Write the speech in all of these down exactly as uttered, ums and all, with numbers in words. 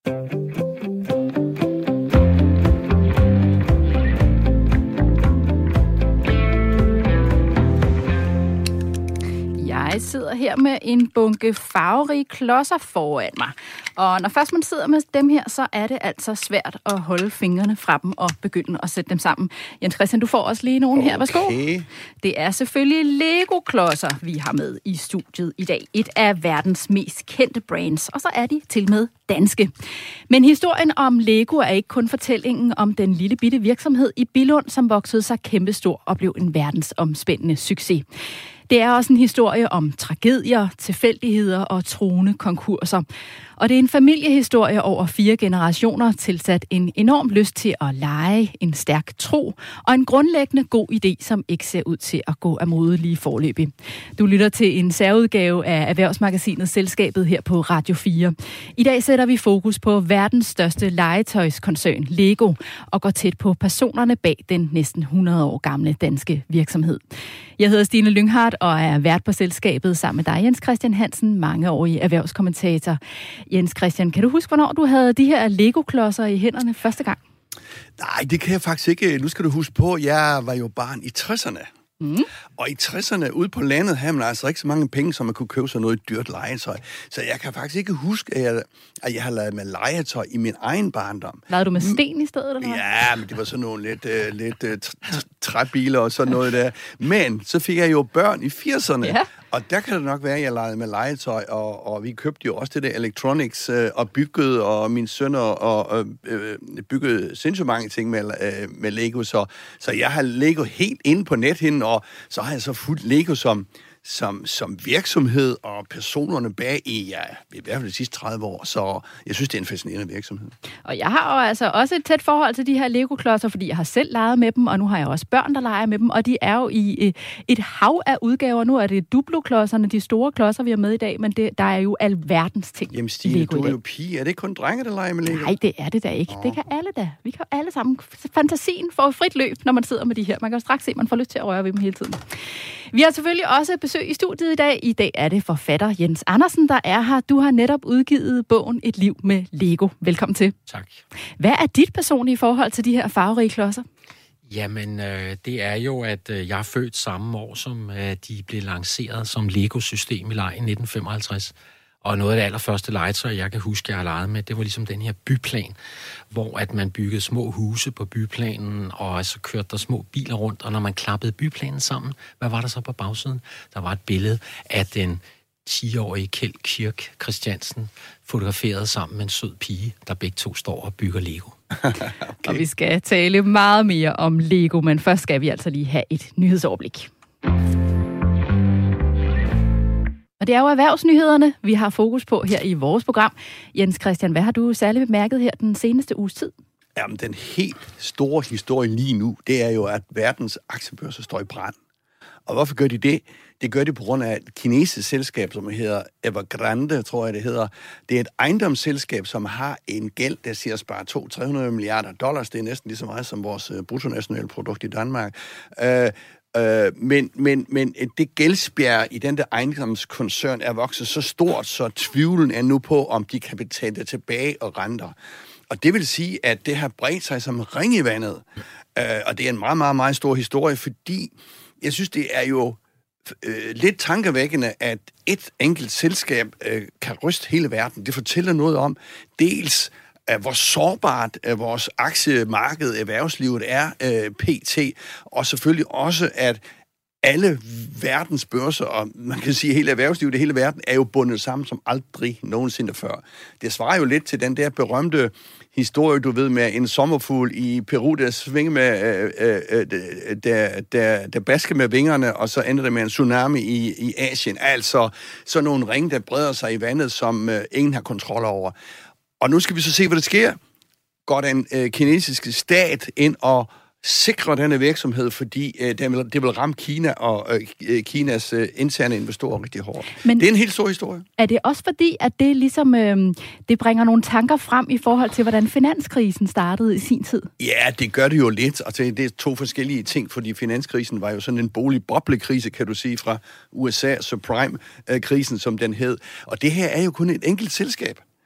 Jeg sidder her med en bunke farverige klodser foran mig. Og når først man sidder med dem her, så er det altså svært at holde fingrene fra dem og begynde at sætte dem sammen. Jens Christian, du får også lige nogle her. Værsgo. Okay. Det er selvfølgelig Lego-klodser, vi har med i studiet i dag. Et af verdens mest kendte brands, og så er de til med danske. Men historien om Lego er ikke kun fortællingen om den lille bitte virksomhed i Billund, som voksede sig kæmpestor og blev en verdensomspændende succes. Det er også en historie om tragedier, tilfældigheder og truende konkurser. Og det er en familiehistorie over fire generationer, tilsat en enorm lyst til at lege, en stærk tro og en grundlæggende god idé, som ikke ser ud til at gå af mode lige forløbig. Du lytter til en særudgave af Erhvervsmagasinet Selskabet her på Radio fire. I dag sætter vi fokus på verdens største legetøjskoncern, Lego, og går tæt på personerne bag den næsten hundrede år gamle danske virksomhed. Jeg hedder Stine Lynghardt og er vært på Selskabet sammen med dig, Jens Christian Hansen, mangeårig erhvervskommentator. Jens Christian, kan du huske, hvornår du havde de her Lego-klodser i hænderne første gang? Nej, det kan jeg faktisk ikke. Nu skal du huske på, jeg var jo barn i tresserne. Mm. Og i tresserne ude på landet havde man altså ikke så mange penge, som man kunne købe sig noget dyrt legetøj. Så jeg kan faktisk ikke huske, at jeg, at jeg har lavet med legetøj i min egen barndom. Lavede du med sten i stedet, eller hvad? Ja, men det var sådan nogle lidt, uh, lidt uh, træbiler og sådan noget der. Men så fik jeg jo børn i firserne. Ja. Og der kan det nok være, at jeg legede med legetøj, og, og vi købte jo også det der electronics, øh, og byggede, og min søn og, og øh, byggede sindssygt mange ting med, øh, med Lego. Så, så jeg har Lego helt inde på nethinden, og så har jeg så fulgt Lego som, som, som virksomhed, og personerne bag i, ja, i hvert fald de sidste tredive år. Så jeg synes, det er en fascinerende virksomhed. Og jeg har jo altså også et tæt forhold til de her Lego-klodser, fordi jeg har selv leget med dem, og nu har jeg også børn, der leger med dem, og de er jo i et hav af udgaver. Nu er det Duplo-klodserne, de store klodser, vi har med i dag, men det, der er jo alverdens ting. Jamen Stine, du er jo pige. Er det kun drenge, der leger med Lego? Nej, det er det da ikke. Oh. Det kan alle da. Vi kan alle sammen. Fantasien får frit løb, når man sidder med de her. Man kan jo straks se, at man får lyst til at røre ved dem hele tiden. Vi har selvfølgelig også besøg i studiet i dag. I dag er det forfatter Jens Andersen, der er her. Du har netop udgivet bogen Et liv med Lego. Velkommen til. Tak. Hvad er dit personlige forhold til de her farverige klodser? Jamen, øh, det er jo, at øh, jeg er født samme år, som øh, de blev lanceret som Lego-system i leg i nitten femoghalvtreds. Og noget af det allerførste legetøj, jeg kan huske, jeg har leget med, det var ligesom den her byplan, hvor at man byggede små huse på byplanen, og så kørte der små biler rundt, og når man klappede byplanen sammen, hvad var der så på bagsiden? Der var et billede af den ti-årige Kjeld Kirk Christiansen, fotograferet sammen med en sød pige, der begge to står og bygger Lego. Okay. Og vi skal tale meget mere om Lego, men først skal vi altså lige have et nyhedsoverblik. Og det er jo erhvervsnyhederne, vi har fokus på her i vores program. Jens Christian, hvad har du særligt bemærket her den seneste uges tid? Jamen, den helt store historie lige nu, det er jo, at verdens aktiebørser står i brand. Og hvorfor gør de det? Det gør de på grund af et kinesisk selskab, som hedder Evergrande, tror jeg det hedder. Det er et ejendomsselskab, som har en gæld, der siger spare to til tre hundrede milliarder dollars. Det er næsten lige så meget som vores bruttonationale produkt i Danmark. Øh, øh, men, men, men det gældsbjerg i den der ejendomskoncern er vokset så stort, så tvivlen er nu på, om de kan betale det tilbage og renter. Og det vil sige, at det har bredt sig som ring i vandet. Øh, og det er en meget, meget, meget stor historie, fordi jeg synes, det er jo øh, lidt tankevækkende, at et enkelt selskab øh, kan ryste hele verden. Det fortæller noget om dels, at hvor sårbart at vores aktiemarked, erhvervslivet er øh, pt. Og selvfølgelig også, at alle verdens børser, og man kan sige, at hele erhvervslivet i hele verden, er jo bundet sammen som aldrig nogensinde før. Det svarer jo lidt til den der berømte historie, du ved, med en sommerfugl i Peru, der svinger med, øh, øh, der, der, der basker med vingerne, og så ender det med en tsunami i, i Asien. Altså sådan nogle ringe, der breder sig i vandet, som øh, ingen har kontrol over. Og nu skal vi så se, hvad der sker. Går den øh, kinesiske stat ind og sikrer denne virksomhed, fordi øh, det, vil, det vil ramme Kina og øh, Kinas øh, interne investorer rigtig hårdt. Men det er en helt stor historie. Er det også fordi, at det ligesom øh, det bringer nogle tanker frem i forhold til, hvordan finanskrisen startede i sin tid? Ja, det gør det jo lidt. Altså, det er to forskellige ting, fordi finanskrisen var jo sådan en boligboblekrise, kan du sige, fra U S A, subprime-krisen, som den hed. Og det her er jo kun et enkelt selskab.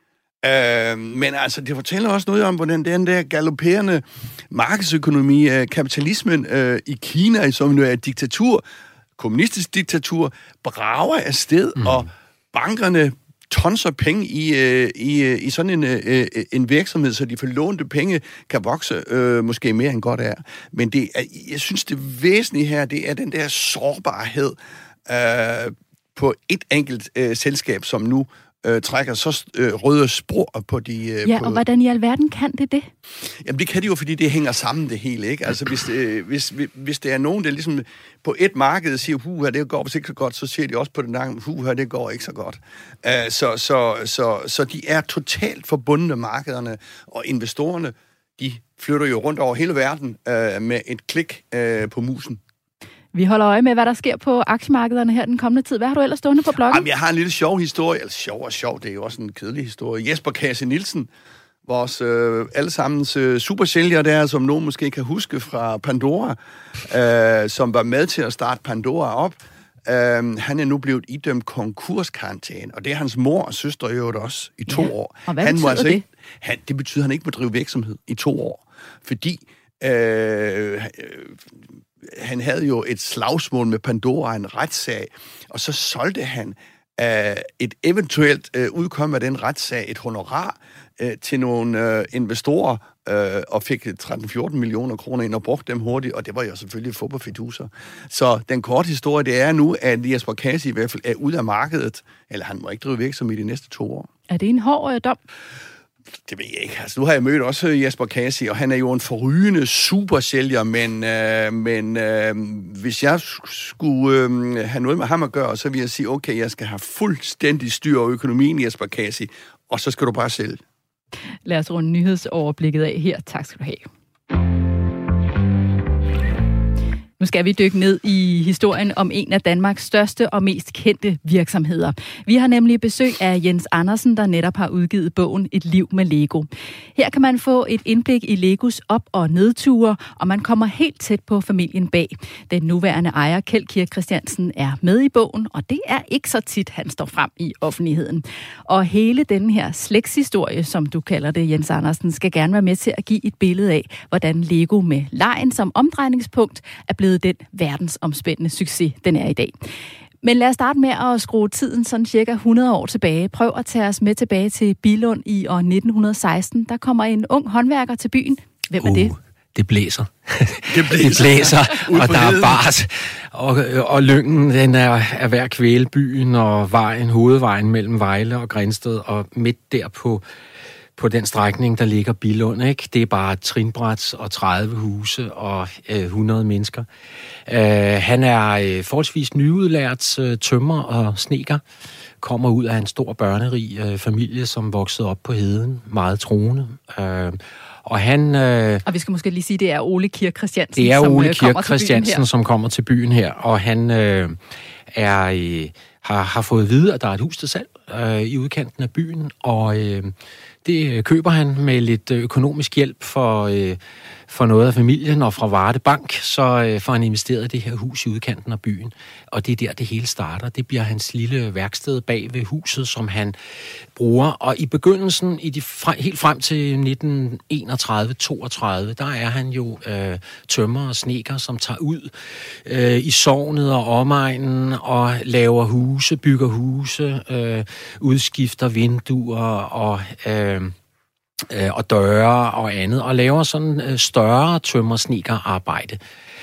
Øh, men altså, det fortæller også noget om, hvordan den der galopperende markedsøkonomi, øh, kapitalismen øh, i Kina, som nu er et diktatur, kommunistisk diktatur, brager afsted, mm. og bankerne tons af penge i, øh, i, i sådan en, øh, en virksomhed, så de forlånte penge kan vokse øh, måske mere end godt er. Men det er, jeg synes, det væsentlige her, det er den der sårbarhed øh, på et enkelt øh, selskab, som nu øh, trækker så øh, røde spor på de... Øh, ja, på, og hvordan i alverden kan det det? Jamen, det kan det jo, fordi det hænger sammen det hele, ikke? Altså, hvis, øh, hvis, hvis det er nogen, der ligesom på et marked siger, huha, det går ikke så godt, så siger de også på den anden, huha, det går ikke så godt. Uh, så, så, så, så de er totalt forbundne, markederne, og investorerne, de flytter jo rundt over hele verden uh, med et klik uh, på musen. Vi holder øje med, hvad der sker på aktiemarkederne her den kommende tid. Hvad har du ellers stående på bloggen? Jamen, jeg har en lille sjov historie, eller sjov og sjov, det er jo også en kedelig historie. Jesper Kase Nielsen, vores øh, allesammens øh, supersælger der, som nogen måske kan huske fra Pandora, øh, som var med til at starte Pandora op. Øh, han er nu blevet idømt konkurskarantæne, og det er hans mor og søster jo også i to ja. år. Og hvad han betyder altså det? Ikke, han, det betyder, at han ikke må drive virksomhed i to år, fordi øh, øh, han havde jo et slagsmål med Pandora, en retssag, og så solgte han øh, et eventuelt øh, udkomme af den retssag, et honorar, til nogle øh, investorer, øh, og fik tretten til fjorten millioner kroner ind og brugte dem hurtigt, og det var jo selvfølgelig fodboldfiduser. Så den korte historie, det er nu, at Jesper Kase i hvert fald er ude af markedet, eller han må ikke drive virksomhed i de næste to år. Er det en hård øh, dom? Det ved jeg ikke. Altså, nu har jeg mødt også Jesper Kase, og han er jo en forrygende supersælger, men, øh, men øh, hvis jeg skulle øh, have noget med ham at gøre, så vil jeg sige, okay, jeg skal have fuldstændig styr over økonomien, Jesper Kase, og så skal du bare sælge. Lad os runde nyhedsoverblikket af her. Tak skal du have. Nu skal vi dykke ned i historien om en af Danmarks største og mest kendte virksomheder. Vi har nemlig besøg af Jens Andersen, der netop har udgivet bogen Et liv med Lego. Her kan man få et indblik i Legos op- og nedture, og man kommer helt tæt på familien bag. Den nuværende ejer, Kjeld Kirk Christiansen, er med i bogen, og det er ikke så tit, han står frem i offentligheden. Og hele den her slægtshistorie, som du kalder det, Jens Andersen, skal gerne være med til at give et billede af, hvordan Lego med legen som omdrejningspunkt er blevet den verdensomspændende succes, den er i dag. Men lad os starte med at skrue tiden sådan cirka hundrede år tilbage. Prøv at tage os med tilbage til Billund i år nitten seksten. Der kommer en ung håndværker til byen. Hvem er uh, det? Det blæser. Det blæser, det blæser og der er bart. Og, og Lyngen, den er, er hver kvæle byen, og vejen, hovedvejen mellem Vejle og Grindsted, og midt der på på den strækning, der ligger Billund, ikke? Det er bare trinbræt og tredive huse og øh, hundrede mennesker. Øh, han er øh, forholdsvis nyudlært øh, tømrer og snedker, kommer ud af en stor børnerig øh, familie, som voksede op på heden, meget troende. Øh, og han... Øh, og vi skal måske lige sige, det er Ole Kirk Christiansen, det er som Ole øh, Kirk Christiansen, som kommer til byen her, og han øh, er... Øh, har, har fået at vide, at der er et hus til salg øh, i udkanten af byen, og øh, det køber han med lidt økonomisk hjælp for, øh, for noget af familien og fra Varde Bank, så øh, får han investeret i det her hus i udkanten af byen. Og det er der, det hele starter. Det bliver hans lille værksted bag ved huset, som han bruger. Og i begyndelsen, i de fre- helt frem til nitten enogtredive toogtredive, der er han jo øh, tømrer og snedker, som tager ud øh, i sognet og omegnen og laver huse, bygger huse, øh, udskifter vinduer og... Øh, og døre og andet, og laver sådan større tømmersnedkerarbejde.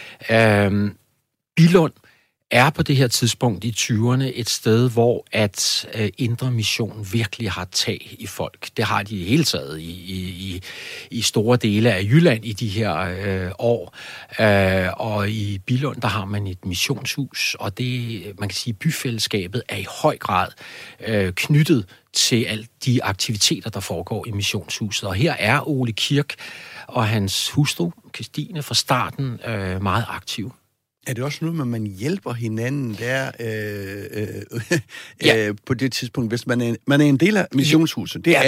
Øhm, Billund er på det her tidspunkt i tyverne et sted, hvor at øh, Indre Mission virkelig har tag i folk. Det har de i hele taget i, i, i store dele af Jylland i de her øh, år. Øh, og i Billund, der har man et missionshus, og det, man kan sige, byfællesskabet er i høj grad øh, knyttet til alle de aktiviteter, der foregår i missionshuset. Og her er Ole Kirk og hans hustru, Christine, fra starten øh, meget aktiv. Er det også noget med, at man hjælper hinanden der øh, øh, ja. øh, på det tidspunkt, hvis man er, man er en del af missionshuset? Det er ja, alle.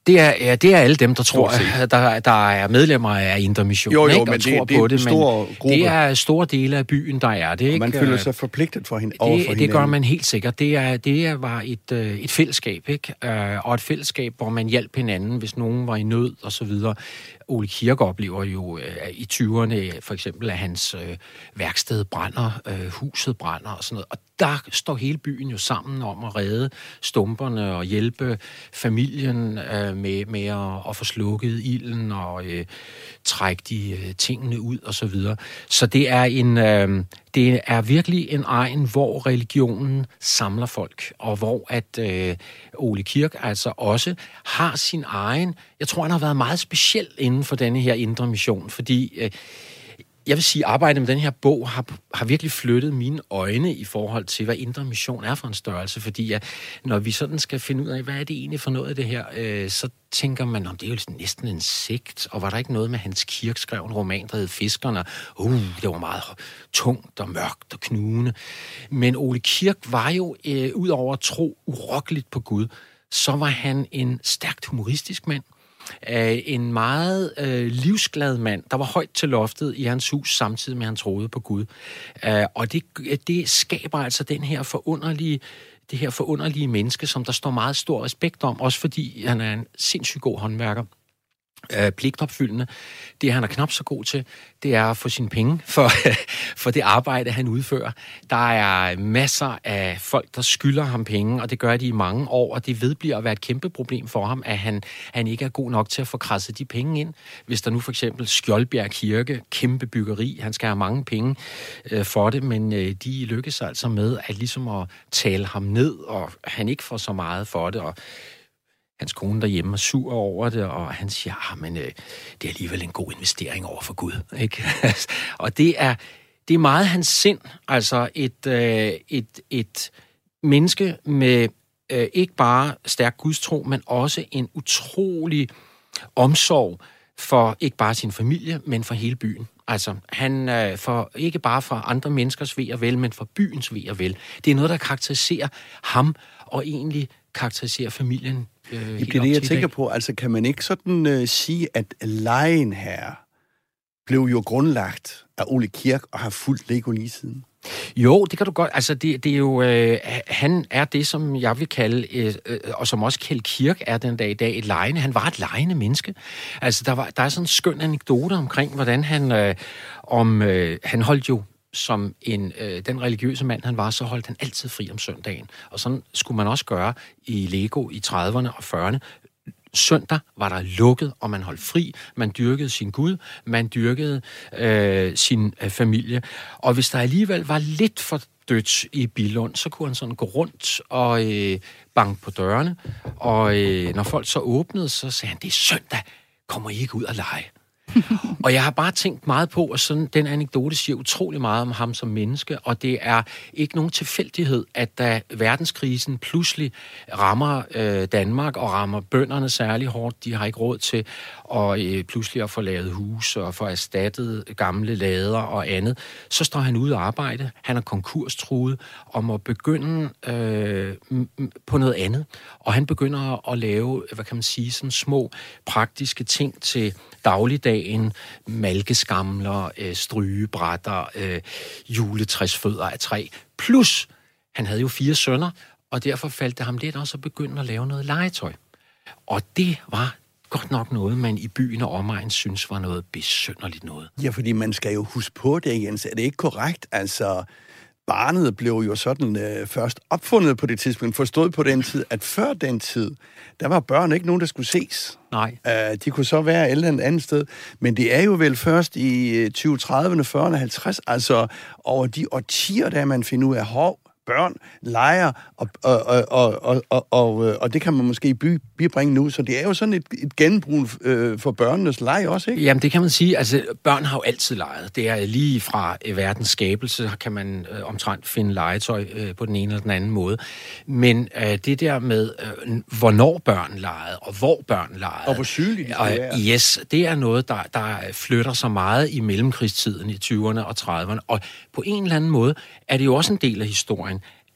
Det er, ja, det er alle dem, der tror, der, der er medlemmer af Indre Mission, jo, jo, ikke? Men og det, tror det, på det, det, men det er store dele af byen, der er det. Ikke? Og man føler sig forpligtet for hende, over for hinanden. Det gør man helt sikkert. Det, er, det var et, et fællesskab, ikke? Og et fællesskab, hvor man hjalp hinanden, hvis nogen var i nød og så videre. Ole Kirk oplever jo øh, i tyverne for eksempel, at hans øh, værksted brænder, øh, huset brænder og sådan noget. Og der står hele byen jo sammen om at redde stumperne og hjælpe familien øh, med, med at, at få slukket ilden og øh, trække de øh, tingene ud og så videre. Så det er en øh, det er virkelig en egen, hvor religionen samler folk, og hvor at øh, Ole Kirk altså også har sin egen. Jeg tror, han har været meget speciel inden for denne her Indre Mission, fordi øh, jeg vil sige, at arbejdet med den her bog har, har virkelig flyttet mine øjne i forhold til, hvad Indre Mission er for en størrelse, fordi ja, når vi sådan skal finde ud af, hvad er det egentlig for noget af det her, øh, så tænker man, om det er jo næsten en sekt, og var der ikke noget med Hans Kirk skrev en roman, der hed Fiskerne? Uh, det var meget tungt og mørkt og knugende. Men Ole Kirk var jo, øh, ud over at tro urokkeligt på Gud, så var han en stærkt humoristisk mand. Uh, en meget uh, livsglad mand, der var højt til loftet i hans hus, samtidig med, at han troede på Gud. Uh, og det, det skaber altså den her forunderlige, det her forunderlige menneske, som der står meget stor respekt om, også fordi han er en sindssygt god håndværker. Uh, pligtopfyldende. Det, han er knap så god til, det er at få sine penge for, for det arbejde, han udfører. Der er masser af folk, der skylder ham penge, og det gør de i mange år, og det vedbliver at være et kæmpe problem for ham, at han, han ikke er god nok til at få kradset de penge ind. Hvis der nu for eksempel Skjoldbjerg Kirke, kæmpe byggeri, han skal have mange penge øh, for det, men øh, de lykkes altså med at ligesom at tale ham ned, og han ikke får så meget for det, og hans kone derhjemme er sur over det, og han siger, ah, men øh, det er alligevel en god investering over for Gud, ikke? Og det er, det er meget hans sind, altså et, øh, et, et menneske med øh, ikke bare stærk gudstro, men også en utrolig omsorg for ikke bare sin familie, men for hele byen. Altså, han øh, for, ikke bare for andre menneskers ve og vel, men for byens ve og vel. Det er noget, der karakteriserer ham, og egentlig karakteriserer familien. Øh, det er det, jeg tænker på. Altså, kan man ikke sådan øh, sige, at lejen her blev jo grundlagt af Ole Kirk og har fulgt Lego lige siden? Jo, det kan du godt. Altså, det, det er jo... Øh, han er det, som jeg vil kalde, øh, øh, og som også Kjeld Kirk er den dag i dag, et lejende. Han var et lejende menneske. Altså, der, var, der er sådan en skøn anekdote omkring, hvordan han... Øh, om, øh, han holdt jo som en, øh, den religiøse mand, han var, så holdt han altid fri om søndagen. Og sådan skulle man også gøre i Lego i trediverne og fyrrerne. Søndag var der lukket, og man holdt fri. Man dyrkede sin Gud, man dyrkede øh, sin øh, familie. Og hvis der alligevel var lidt for dødt i Billund, så kunne han sådan gå rundt og øh, banke på dørene. Og øh, når folk så åbnede, så sagde han, det er søndag, kommer I ikke ud og lege? Og jeg har bare tænkt meget på, at sådan, den anekdote siger utrolig meget om ham som menneske, og det er ikke nogen tilfældighed, at da verdenskrisen pludselig rammer øh, Danmark og rammer bønderne særlig hårdt, de har ikke råd til at øh, pludselig at få lavet hus og få erstattet gamle lader og andet, så står han ude at arbejde. Han er konkurstruet og må begynde øh, på noget andet. Og han begynder at lave, hvad kan man sige, sådan små praktiske ting til dagligdagen, malkeskamler, øh, strygebrætter, øh, juletræsfødder af træ. Plus, han havde jo fire sønner, og derfor faldt det ham lidt også at begynde at lave noget legetøj. Og det var godt nok noget, man i byen og omegn synes var noget besynderligt noget. Ja, fordi man skal jo huske på det, Jens. Er det ikke korrekt? Altså, barnet blev jo sådan øh, først opfundet på det tidspunkt, forstået på den tid, at før den tid, der var børn ikke nogen, der skulle ses. Nej. Uh, de kunne så være et eller andet sted, men det er jo vel først i tyve trediverne, fyrrerne, halvtreds, altså over de årtier, der man finder ud af, hov, børn leger, og, og, og, og, og, og, og det kan man måske by, bibringe nu, så det er jo sådan et, et genbrug øh, for børnenes leg også, ikke? Jamen, det kan man sige. Altså, børn har jo altid leget. Det er lige fra øh, verdens skabelse, kan man øh, omtrent finde legetøj øh, på den ene eller den anden måde. Men øh, det der med, øh, hvornår børn legede, og hvor børn legede... Og hvor sygeligt det skal være. Yes, det er noget, der, der flytter sig meget i mellemkrigstiden i tyverne og trediverne. Og på en eller anden måde er det jo også en del af historien,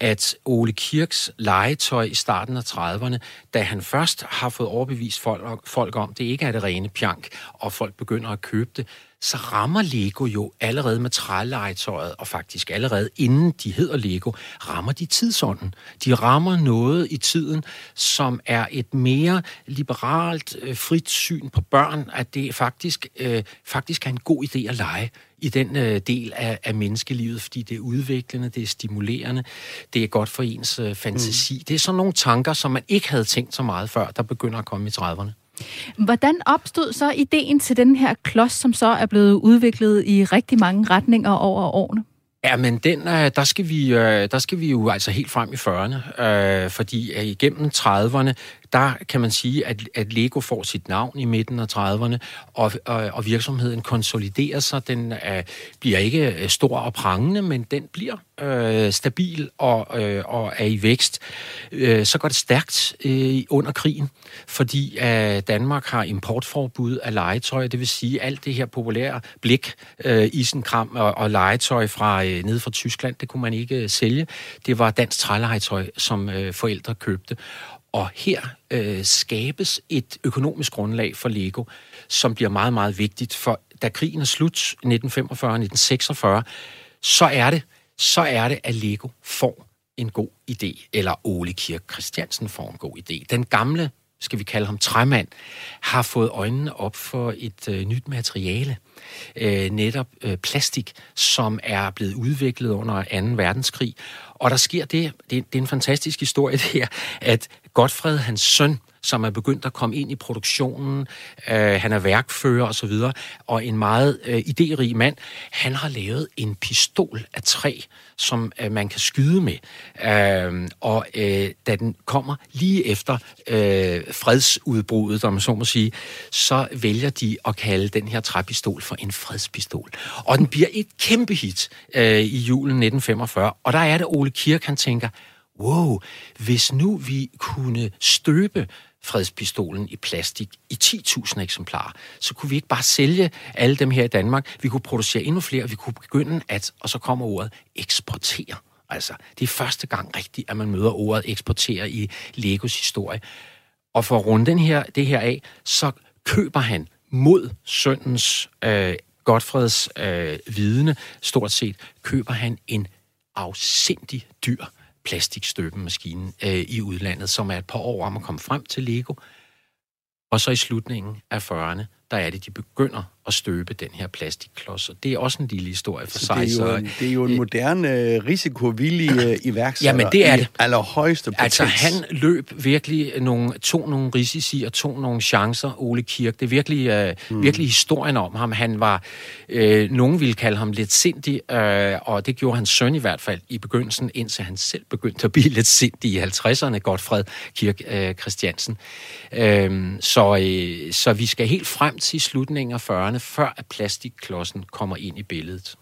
at Ole Kirks legetøj i starten af trediverne, da han først har fået overbevist folk, folk om, det ikke er det rene pjank, og folk begynder at købe det, så rammer Lego jo allerede med trælegetøjet, og faktisk allerede inden de hedder Lego, rammer de tidsånden. De rammer noget i tiden, som er et mere liberalt, øh, frit syn på børn, at det faktisk, øh, faktisk er en god idé at lege i den øh, del af, af menneskelivet, fordi det er udviklende, det er stimulerende, det er godt for ens øh, fantasi. Mm. Det er sådan nogle tanker, som man ikke havde tænkt så meget før, der begynder at komme i trediverne. Hvordan opstod så ideen til den her klods, som så er blevet udviklet i rigtig mange retninger over årene? Ja, men den, der skal vi, der skal vi jo altså helt frem i fyrrerne, fordi igennem trediverne, der kan man sige, at, at Lego får sit navn i midten af trediverne, og, og, og virksomheden konsoliderer sig. Den uh, bliver ikke stor og prangende, men den bliver uh, stabil og, uh, og er i vækst. Uh, så går det stærkt uh, under krigen, fordi uh, Danmark har importforbud af legetøj, det vil sige alt det her populære blik, uh, isenkram og, og legetøj fra uh, nede fra Tyskland, det kunne man ikke uh, sælge. Det var dansk trælegetøj, som uh, forældre købte. Og her øh, skabes et økonomisk grundlag for Lego, som bliver meget, meget vigtigt. For da krigen er slut, nitten femogfyrre nitten seksogfyrre, så er det, så er det, at Lego får en god idé, eller Ole Kirk Christiansen får en god idé. Den gamle, skal vi kalde ham træmand, har fået øjnene op for et øh, nyt materiale, øh, netop øh, plastik, som er blevet udviklet under anden verdenskrig. Og der sker det, det, det er en fantastisk historie det her, at Godfred, hans søn, som er begyndt at komme ind i produktionen, øh, han er værkfører og så videre, og en meget øh, idérig mand, han har lavet en pistol af træ, som øh, man kan skyde med. Øh, og øh, da den kommer lige efter øh, fredsudbruddet, om man så må sige, så vælger de at kalde den her træpistol for en fredspistol. Og den bliver et kæmpe hit øh, i julen nitten femogfyrre, og der er det Ole Kirk, han tænker, wow, hvis nu vi kunne støbe fredspistolen i plastik i ti tusind eksemplarer, så kunne vi ikke bare sælge alle dem her i Danmark. Vi kunne producere endnu flere, vi kunne begynde at, og så kommer ordet, eksportere. Altså, det er første gang rigtigt, at man møder ordet eksportere i Legos historie. Og for at runde den her, det her af, så køber han mod sønnens, øh, Godfreds øh, vidne, stort set, køber han en afsindig dyr plastikstøbemaskine øh, i udlandet, som er et par år om at komme frem til Lego. Og så i slutningen af fyrrerne, der er det, de begynder at støbe den her plastikklods. Og det er også en lille historie for så sig. Det er jo en, det er jo en moderne, risikovillig iværksætter. Jamen, det er det. I allerhøjeste potens. Altså, han løb virkelig nogle, tog nogle risici og tog nogle chancer, Ole Kirk. Det er virkelig, uh, mm. virkelig historien om ham. Han var, øh, nogen ville kalde ham lidt sindig, øh, og det gjorde hans søn i hvert fald i begyndelsen, indtil han selv begyndte at blive lidt sindig i halvtredserne, Godfred Kirk øh, Christiansen. Øh, så, øh, så vi skal helt frem til slutningen af fyrrerne, før at plastikklodsen kommer ind i billedet.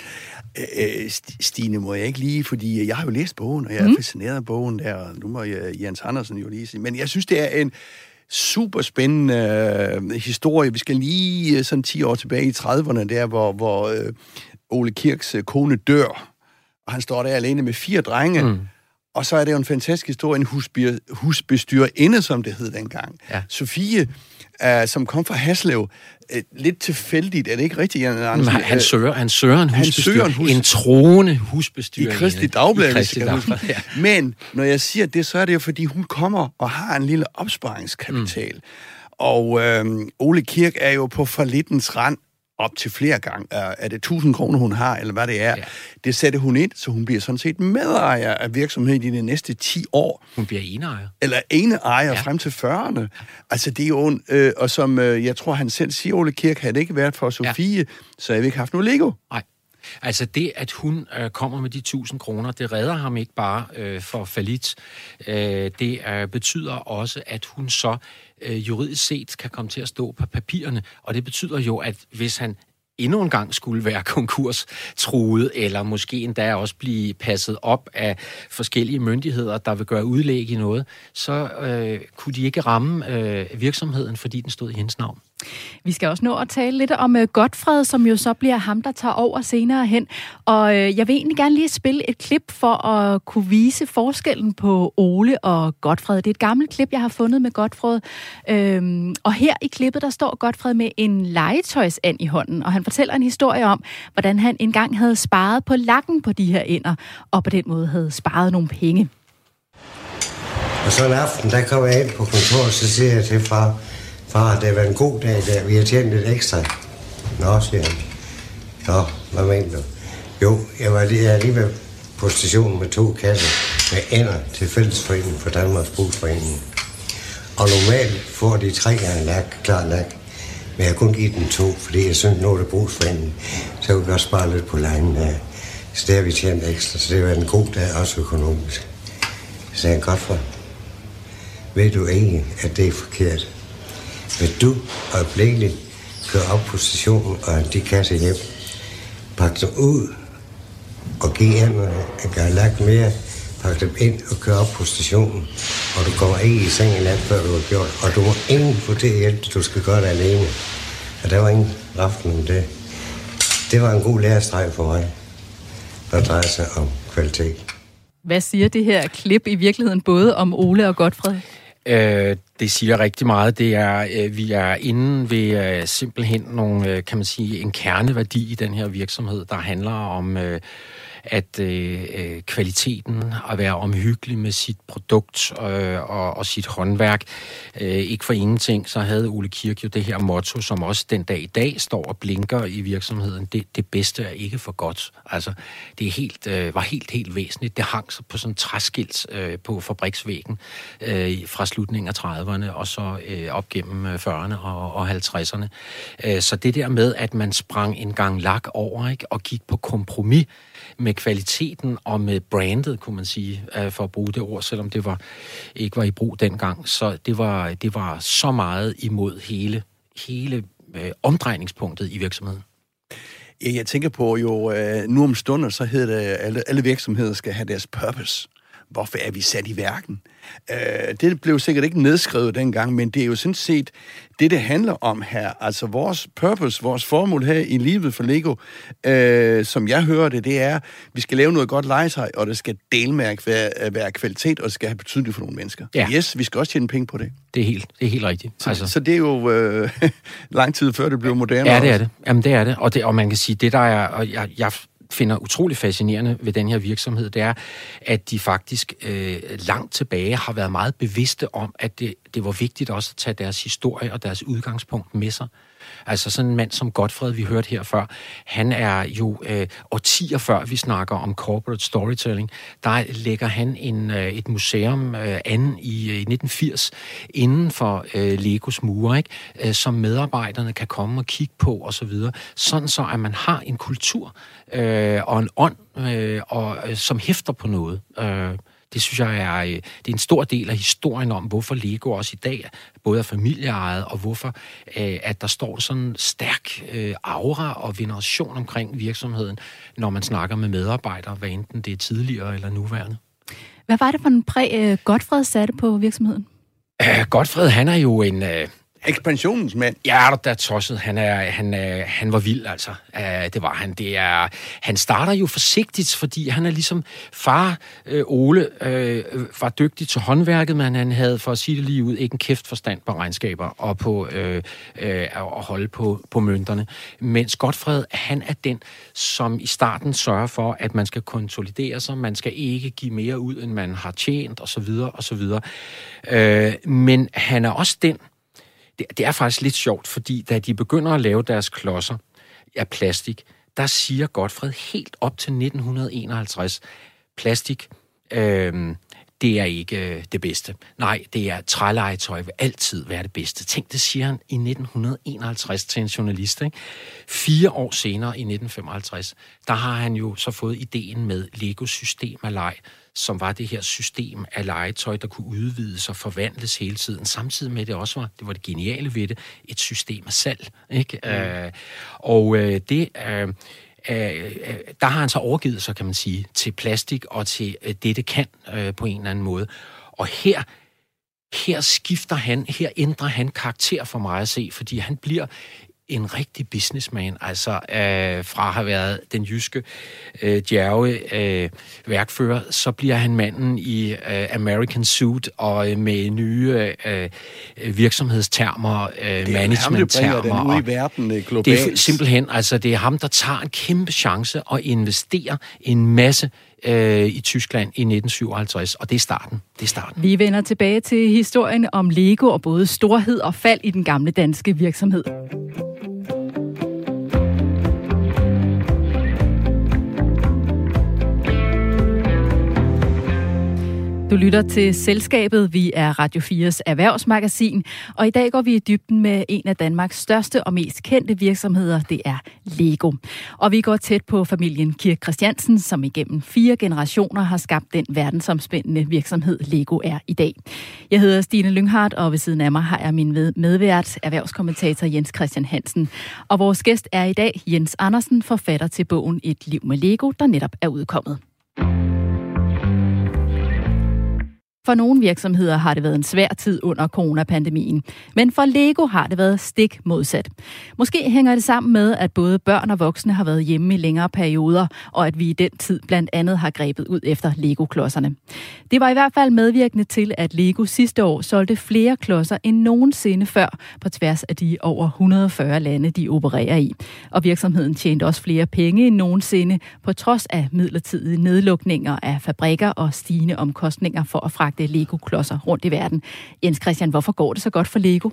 Øh, Stine, må jeg ikke lige, fordi jeg har jo læst bogen, og jeg er mm. fascineret af bogen der, og nu må jeg, Jens Andersen jo lige sige, men jeg synes, det er en super spændende øh, historie. Vi skal lige sådan ti år tilbage i trediverne, der hvor, hvor øh, Ole Kirks øh, kone dør, og han står der alene med fire drenge, mm. og så er det jo en fantastisk historie, en husbe, husbestyrerinde, som det hed dengang. Ja. Sofie, Uh, som kom fra Haslev. Uh, lidt tilfældigt, er det ikke rigtigt, Jan Andersen? Han søger, han søger en husbestyrer. En, hus... en troende husbestyrer. I Kristi Dagblad, hvis jeg huske. Ja. Men når jeg siger det, så er det jo, fordi hun kommer og har en lille opsparingskapital. Mm. Og uh, Ole Kirk er jo på fallittens rand op til flere gange. Er det tusind kroner, hun har, eller hvad det er? Ja. Det sætter hun ind, så hun bliver sådan set medejer af virksomheden i de næste ti år. Hun bliver eneejer. Eller eneejer ja. frem til fyrrerne. Altså, det er jo en, øh, og som øh, jeg tror, han selv siger, Ole Kirk, havde det ikke været for Sofie, ja. så havde vi ikke haft noget Lego. Nej. Altså det, at hun øh, kommer med de tusind kroner, det redder ham ikke bare øh, for fallit. Øh, det øh, betyder også, at hun så øh, juridisk set kan komme til at stå på papirerne. Og det betyder jo, at hvis han endnu en gang skulle være konkurstruet, eller måske endda også blive passet op af forskellige myndigheder, der vil gøre udlæg i noget, så øh, kunne de ikke ramme øh, virksomheden, fordi den stod i hendes navn. Vi skal også nå at tale lidt om uh, Godtfred, som jo så bliver ham, der tager over senere hen. Og uh, jeg vil egentlig gerne lige spille et klip for at kunne vise forskellen på Ole og Godtfred. Det er et gammelt klip, jeg har fundet med Godtfred. Øhm, og her i klippet, der står Godtfred med en legetøjsand i hånden, og han fortæller en historie om, hvordan han engang havde sparet på lakken på de her ænder, og på den måde havde sparet nogle penge. Og så en aften, der kommer jeg ind på kontoret, så siger jeg til far, far, det var en god dag der, vi har tjent lidt ekstra. Nå, siger han. Nå, hvad mener du? Jo, jeg var lige, jeg lige ved på stationen med to kasser med ender til Fællesforeningen for Danmarks Brugsforening. Og normalt får de tre gange lak, klar lak. Men jeg kun give den to, fordi jeg synes, når det er Brugsforeningen, så kan vi godt spare lidt på lejen der. Så det har vi tjent ekstra, så det var en god dag, også økonomisk. Så sagde han, Godtfred, ved du ikke, at det er forkert? Vil du øjeblikkeligt køre op på stationen og have de kasser hjem, pakke dem ud og give hænderne en gang lagt mere, pakke dem ind og køre op på stationen, og du kommer ikke i seng i nat, før du har gjort, og du må ingen få det hjælp, du skal gøre det alene. Og der var ingen aften om det. Det var en god lærestreg for mig, når det drejer sig om kvalitet. Hvad siger det her klip i virkeligheden både om Ole og Godtfred? Øh, det siger rigtig meget. Det er, øh, vi er inde ved øh, simpelthen nogle, øh, kan man sige, en kerneværdi i den her virksomhed, der handler om øh, at øh, kvaliteten, at være omhyggelig med sit produkt øh, og, og sit håndværk. Øh, ikke for ingenting, så havde Ole Kirk jo det her motto, som også den dag i dag står og blinker i virksomheden. Det, det bedste er ikke for godt. Altså, det er helt, øh, var helt, helt væsentligt. Det hang så på sådan en træskilt øh, på fabriksvæggen øh, fra slutningen af trediverne og så øh, op gennem fyrrerne og, og halvtredserne. Øh, så det der med, at man sprang en gang lak over, ikke, og gik på kompromis med kvaliteten og med brandet, kunne man sige, for at bruge det ord, selvom det var, ikke var i brug dengang. Så det var, det var så meget imod hele, hele øh, omdrejningspunktet i virksomheden. Ja, jeg tænker på jo, øh, nu om stunder, så hedder det, alle, alle virksomheder skal have deres purpose. Hvorfor er vi sat i verden? Øh, det blev sikkert ikke nedskrevet dengang, men det er jo sådan set det, det handler om her. Altså vores purpose, vores formål her i livet for Lego, øh, som jeg hører det, det er, vi skal lave noget godt legetøj, og det skal delmærke være, være kvalitet, og det skal have betydning for nogle mennesker. Ja. Yes, vi skal også tjene penge på det. Det er helt, det er helt rigtigt. Så, altså. så det er jo øh, lang tid før det blev moderne. Ja, det er det. Jamen, det er det. Og, det, og man kan sige, det der er, og jeg, jeg finder utrolig fascinerende ved den her virksomhed, det er, at de faktisk øh, langt tilbage har været meget bevidste om, at det, det var vigtigt også at tage deres historie og deres udgangspunkt med sig. Altså sådan en mand som Godtfred, vi hørte her før, han er jo øh, årtier før vi snakker om corporate storytelling, der lægger han en, øh, et museum øh, an i, i nitten firs inden for øh, Legos mure, ikke? Øh, som medarbejderne kan komme og kigge på osv., så sådan så at man har en kultur øh, og en ånd, øh, og, øh, som hæfter på noget. Øh, Det synes jeg er, det er en stor del af historien om, hvorfor Lego også i dag både er familieejet, og hvorfor at der står sådan en stærk aura og veneration omkring virksomheden, når man snakker med medarbejdere, hvad enten det er tidligere eller nuværende. Hvad var det for en præg, Godtfred satte på virksomheden? Uh, Godtfred, han er jo en... Uh, Ekspansionens mand. Ja, der er tosset. Han, er, han, er, han var vild, altså. Uh, det var han. Det er, han starter jo forsigtigt, fordi han er ligesom far øh, Ole, øh, var dygtig til håndværket, men han havde, for at sige det lige ud, ikke en kæft forstand på regnskaber og på øh, øh, at holde på, på mønterne. Mens Godtfred, han er den, som i starten sørger for, at man skal konsolidere sig, man skal ikke give mere ud, end man har tjent, osv., osv. Øh, men han er også den, Det, det er faktisk lidt sjovt, fordi da de begynder at lave deres klodser af plastik, der siger Godtfred helt op til nitten enoghalvtreds, plastik, øh, det er ikke øh, det bedste. Nej, det er trælegetøj vil altid være det bedste. Tænk, det siger han i nitten enoghalvtreds til en journalist. Ikke? Fire år senere, i nitten femoghalvtreds, der har han jo så fået ideen med Lego system af leg, som var det her system af legetøj, der kunne udvides og forvandles hele tiden. Samtidig med det også var, det var det geniale ved det, et system af salg. Ikke? Mm. Øh, og øh, det... Øh, Øh, der har han så overgivet sig, kan man sige, til plastik og til øh, det, det kan øh, på en eller anden måde. Og her her skifter han, her ændrer han karakter for mig at se, fordi han bliver en rigtig businessman, altså øh, fra at have været den jyske øh, djerve øh, værkfører, så bliver han manden i øh, American Suit og øh, med nye øh, virksomhedstermer, øh, managementtermer. Det er i verden globalt. Det er simpelthen, altså det er ham, der tager en kæmpe chance og investerer en masse øh, i Tyskland i nitten syvoghalvtreds, og det er starten. Det er starten. Vi vender tilbage til historien om Lego og både storhed og fald i den gamle danske virksomhed. Du lytter til Selskabet. Vi er Radio fires erhvervsmagasin, og i dag går vi i dybden med en af Danmarks største og mest kendte virksomheder, det er Lego. Og vi går tæt på familien Kirk Christiansen, som igennem fire generationer har skabt den verdensomspændende virksomhed, Lego er i dag. Jeg hedder Stine Lynghardt, og ved siden af mig har jeg min medvært, erhvervskommentator Jens Christian Hansen. Og vores gæst er i dag Jens Andersen, forfatter til bogen Et liv med Lego, der netop er udkommet. For nogle virksomheder har det været en svær tid under coronapandemien, men for Lego har det været stik modsat. Måske hænger det sammen med, at både børn og voksne har været hjemme i længere perioder, og at vi i den tid blandt andet har grebet ud efter Lego-klodserne. Det var i hvert fald medvirkende til, at Lego sidste år solgte flere klodser end nogensinde før, på tværs af de over et hundrede og fyrre lande, de opererer i. Og virksomheden tjente også flere penge end nogensinde, på trods af midlertidige nedlukninger af fabrikker og stigende omkostninger for at fragte Lego-klodser rundt i verden. Jens Christian, hvorfor går det så godt for Lego?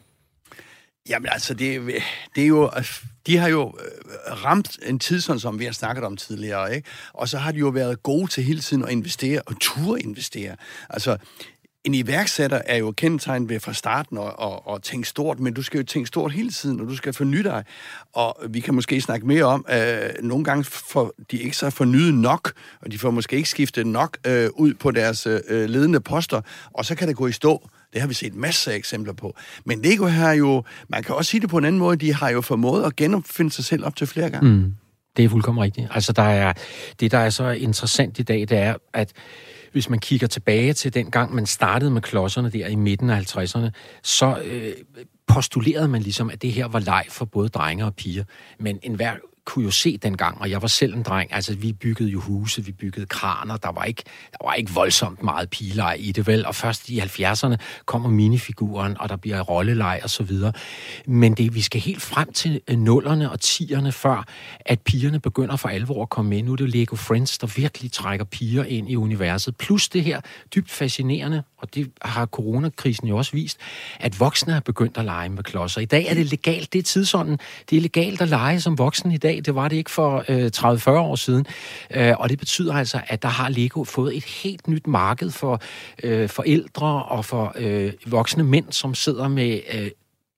Jamen altså, det, det er jo, de har jo ramt en tid, som vi har snakket om tidligere, ikke? Og så har de jo været gode til hele tiden at investere og turde investere. Altså, en iværksætter er jo kendetegnet ved fra starten og, og, og tænke stort, men du skal jo tænke stort hele tiden, og du skal forny dig. Og vi kan måske snakke mere om, at øh, nogle gange får de ikke så fornyet nok, og de får måske ikke skiftet nok øh, ud på deres øh, ledende poster, og så kan det gå i stå. Det har vi set masser af eksempler på. Men Lego har jo, man kan også sige det på en anden måde, de har jo formået at genopfinde sig selv op til flere gange. Mm, det er fuldkommen rigtigt. Altså, der er, det, der er så interessant i dag, det er, at hvis man kigger tilbage til den gang, man startede med klodserne der i midten af halvtredserne, så øh, postulerede man ligesom, at det her var leg for både drenge og piger. Men enhver kunne jo se dengang, og jeg var selv en dreng, altså vi byggede jo huse, vi byggede kraner, der var ikke, der var ikke voldsomt meget pigeleg i det, vel? Og først i halvfjerdserne kommer minifiguren, og der bliver rolleleg og så videre. Men det, vi skal helt frem til nullerne og tierne, før at pigerne begynder for alvor at komme med. Nu er det Lego Friends, der virkelig trækker piger ind i universet. Plus det her dybt fascinerende, og det har coronakrisen jo også vist, at voksne har begyndt at lege med klodser. I dag er det legalt, det er tidsånden. Det er legalt at lege som voksen i dag. Det var det ikke for øh, tredive til fyrre år siden. Øh, og det betyder altså, at der har Lego fået et helt nyt marked for øh, forældre og for øh, voksne mænd, som sidder med øh,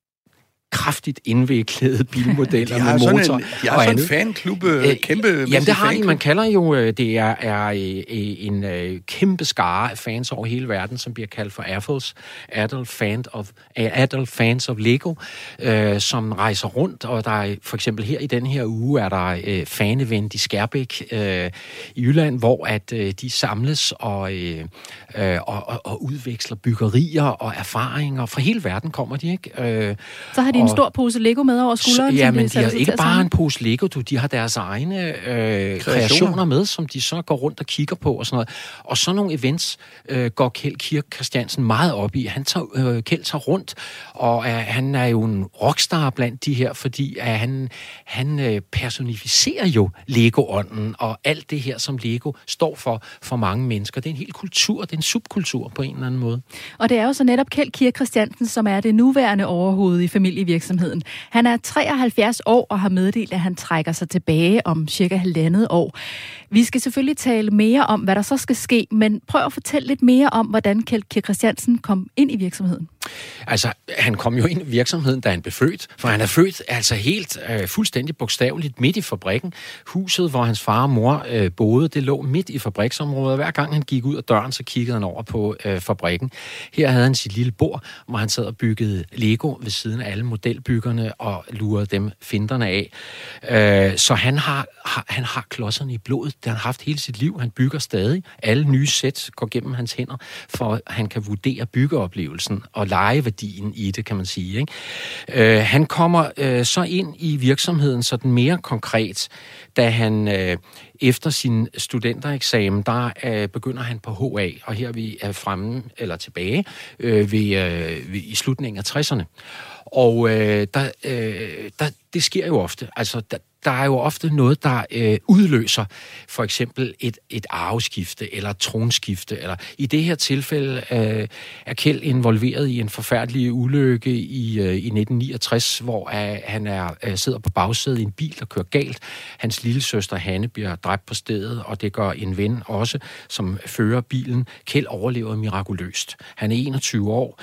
kraftigt indviklede bilmodeller med motor en, de har sådan en fanklub, øh, kæmpe Jamen det har de, man kalder jo, det er, er en øh, kæmpe skare af fans over hele verden, som bliver kaldt for A F Os, Adult, Fan of, Adult Fans of Lego, øh, som rejser rundt, og der er for eksempel her i den her uge, er der øh, fan-event i Skærbæk øh, i Jylland, hvor at øh, de samles og, øh, og, og, og udveksler byggerier og erfaringer. Fra hele verden kommer de, ikke? Øh, Så har de en stor pose Lego med over skulderen? Ja, men de har ikke bare en pose Lego, du, de har deres egne øh, kreationer. kreationer med, som de så går rundt og kigger på og sådan noget. Og sådan nogle events øh, går Kjeld Kirk Christiansen meget op i. Han tager, øh, Kjeld tager rundt, og øh, han er jo en rockstar blandt de her, fordi øh, han, han øh, personificerer jo Lego-ånden og alt det her, som Lego står for for mange mennesker. Det er en hel kultur, det er en subkultur på en eller anden måde. Og det er jo så netop Kjeld Kirk Christiansen, som er det nuværende overhoved i familievirksomheden. Han er treoghalvfjerds år og har meddelt, at han trækker sig tilbage om cirka halvandet år. Vi skal selvfølgelig tale mere om, hvad der så skal ske, men prøv at fortælle lidt mere om, hvordan Kjeld Kirk Christiansen kom ind i virksomheden. Altså, han kom jo ind i virksomheden, da han blev født, for han er født altså helt øh, fuldstændig bogstaveligt midt i fabrikken. Huset, hvor hans far og mor øh, boede, det lå midt i fabriksområdet. Hver gang han gik ud af døren, så kiggede han over på øh, fabrikken. Her havde han sit lille bord, hvor han sad og byggede Lego ved siden af alle modelbyggerne og lurede dem finterne af. Øh, så han har, har, han har klodserne i blodet. Det har han haft hele sit liv. Han bygger stadig. Alle nye sæt går gennem hans hænder, for at han kan vurdere byggeoplevelsen og lejeværdien i det, kan man sige. Ikke? Øh, han kommer øh, så ind i virksomheden sådan mere konkret, da han øh, efter sin studentereksamen, der øh, begynder han på H A, og her er vi er fremme eller tilbage øh, ved, øh, ved, i slutningen af tresserne. Og øh, der, øh, der, det sker jo ofte. Altså, der, der er jo ofte noget, der øh, udløser for eksempel et, et arveskifte eller et tronskifte. Eller i det her tilfælde øh, er Kjeld involveret i en forfærdelig ulykke i, øh, i nitten niogtres, hvor øh, han er, øh, sidder på bagsædet i en bil, der kører galt. Hans lille søster Hanne bliver dræbt på stedet, og det gør en ven også, som fører bilen. Kjeld overlever mirakuløst. Han er enogtyve år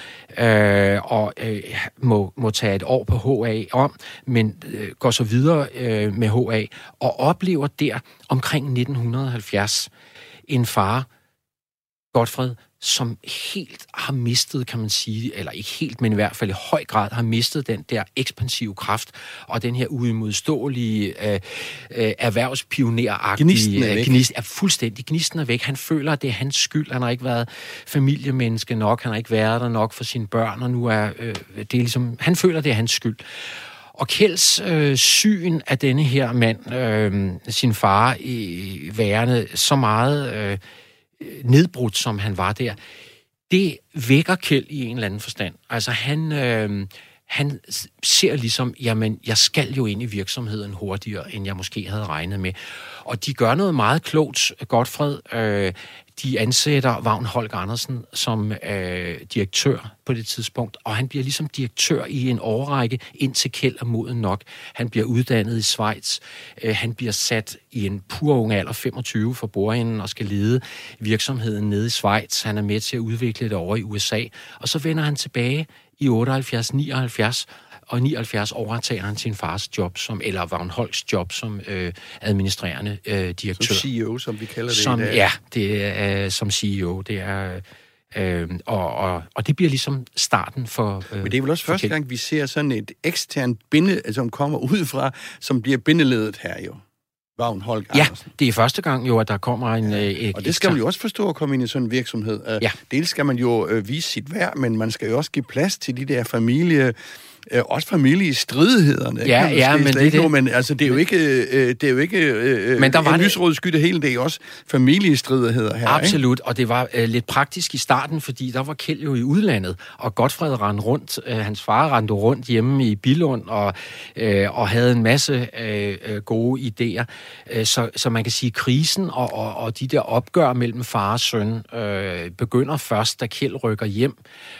øh, og øh, må, må tage et år på H A om, men øh, går så videre øh, med H A, og oplever der omkring nitten halvfjerds en far, Godtfred, som helt har mistet, kan man sige, eller ikke helt, men i hvert fald i høj grad har mistet den der ekspansive kraft, og den her uimodståelige øh, øh, erhvervspioneragtige gnisten er væk. Gnist, er fuldstændig gnisten er væk. Han føler, at det er hans skyld. Han har ikke været familiemenneske nok, han har ikke været der nok for sine børn, og nu er øh, det er ligesom, han føler, det er hans skyld. Og Kjelds øh, syn af denne her mand, øh, sin far, i værende så meget øh, nedbrudt, som han var der, det vækker Kjeld i en eller anden forstand. Altså han, øh, han ser ligesom, jamen, jeg skal jo ind i virksomheden hurtigere, end jeg måske havde regnet med. Og de gør noget meget klogt, Godtfred. Øh, de ansætter Vagn Holk Andersen som øh, direktør på det tidspunkt, og han bliver ligesom direktør i en årrække, indtil Kjeld er moden nok. Han bliver uddannet i Schweiz. Øh, han bliver sat i en pur ung alder, femogtyve, for bordenden, og skal lede virksomheden nede i Schweiz. Han er med til at udvikle det over i U S A, og så vender han tilbage i otteoghalvfjerds nioghalvfjerds, og i nioghalvfjerds overtager han sin fars job, som, eller Vagn Holks job som øh, administrerende øh, direktør. Som C E O, som vi kalder det som, i dag. Ja, det er uh, som C E O. Det er, øh, og, og, og det bliver ligesom starten for... Øh, Men det er vel også første gang, vi ser sådan et eksternt binde, som kommer udefra, som bliver bindeledet her jo. Vagn Holk Andersen. Ja, det er første gang jo, at der kommer en... Øh, og det skal man jo også forstå at komme ind i sådan en virksomhed. Ja. Dels skal man jo øh, vise sit værd, men man skal jo også give plads til de der familie... Øh, også familiestridighederne. Ja, ja, men det, det, men altså det er jo ikke øh, det er jo ikke øh, men der var en lysrød sky det hele, det er også familiestridigheder her. Absolut, ikke? Og det var øh, lidt praktisk i starten, fordi der var Kjeld jo i udlandet, og Godtfred rendte rundt, øh, hans far rendte rundt hjemme i Billund, og, øh, og havde en masse øh, gode idéer. Øh, så, så man kan sige, krisen og, og, og de der opgør mellem far og søn øh, begynder først, da Kjeld rykker hjem,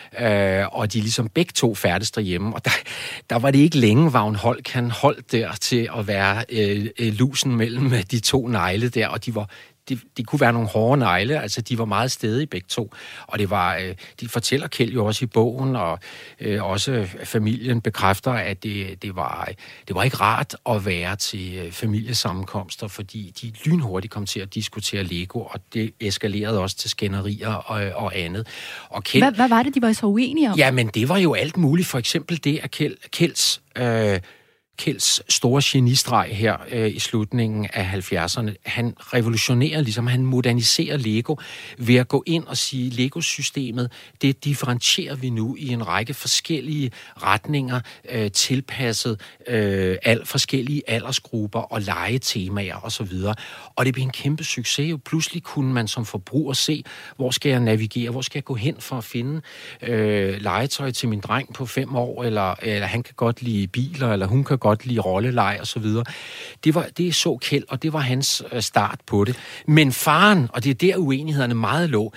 øh, og de ligesom begge to færdes derhjemme, og der Der var det ikke længe, Vagn Holk, han holdt der til at være øh, lusen mellem de to negle der, og de var de, de kunne være nogle hårde negle, altså de var meget stedige begge to, og det var, øh, de fortæller Kjeld jo også i bogen, og øh, også familien bekræfter, at det, det, var, det var ikke rart at være til familiesammenkomster, fordi de lynhurtigt kom til at diskutere Lego, og det eskalerede også til skænderier og, og andet. Og Kjeld, hvad, hvad var det, de var så uenige om? Jamen, det var jo alt muligt, for eksempel det, at Kjeld, Kjelds... Øh, Kjelds store genistreg her øh, i slutningen af halvfjerdserne. Han revolutionerer, ligesom han moderniserer Lego ved at gå ind og sige, Lego-systemet, det differentierer vi nu i en række forskellige retninger, øh, tilpasset øh, al, forskellige aldersgrupper og legetemaer osv. Og det blev en kæmpe succes. Jo pludselig kunne man som forbruger se, hvor skal jeg navigere, hvor skal jeg gå hen for at finde øh, legetøj til min dreng på fem år, eller, eller han kan godt lide biler, eller hun kan godt godt lide rolleleg og så videre. Det var det så Kjeld, og det var hans start på det. Men faren, og det er der uenighederne meget lå,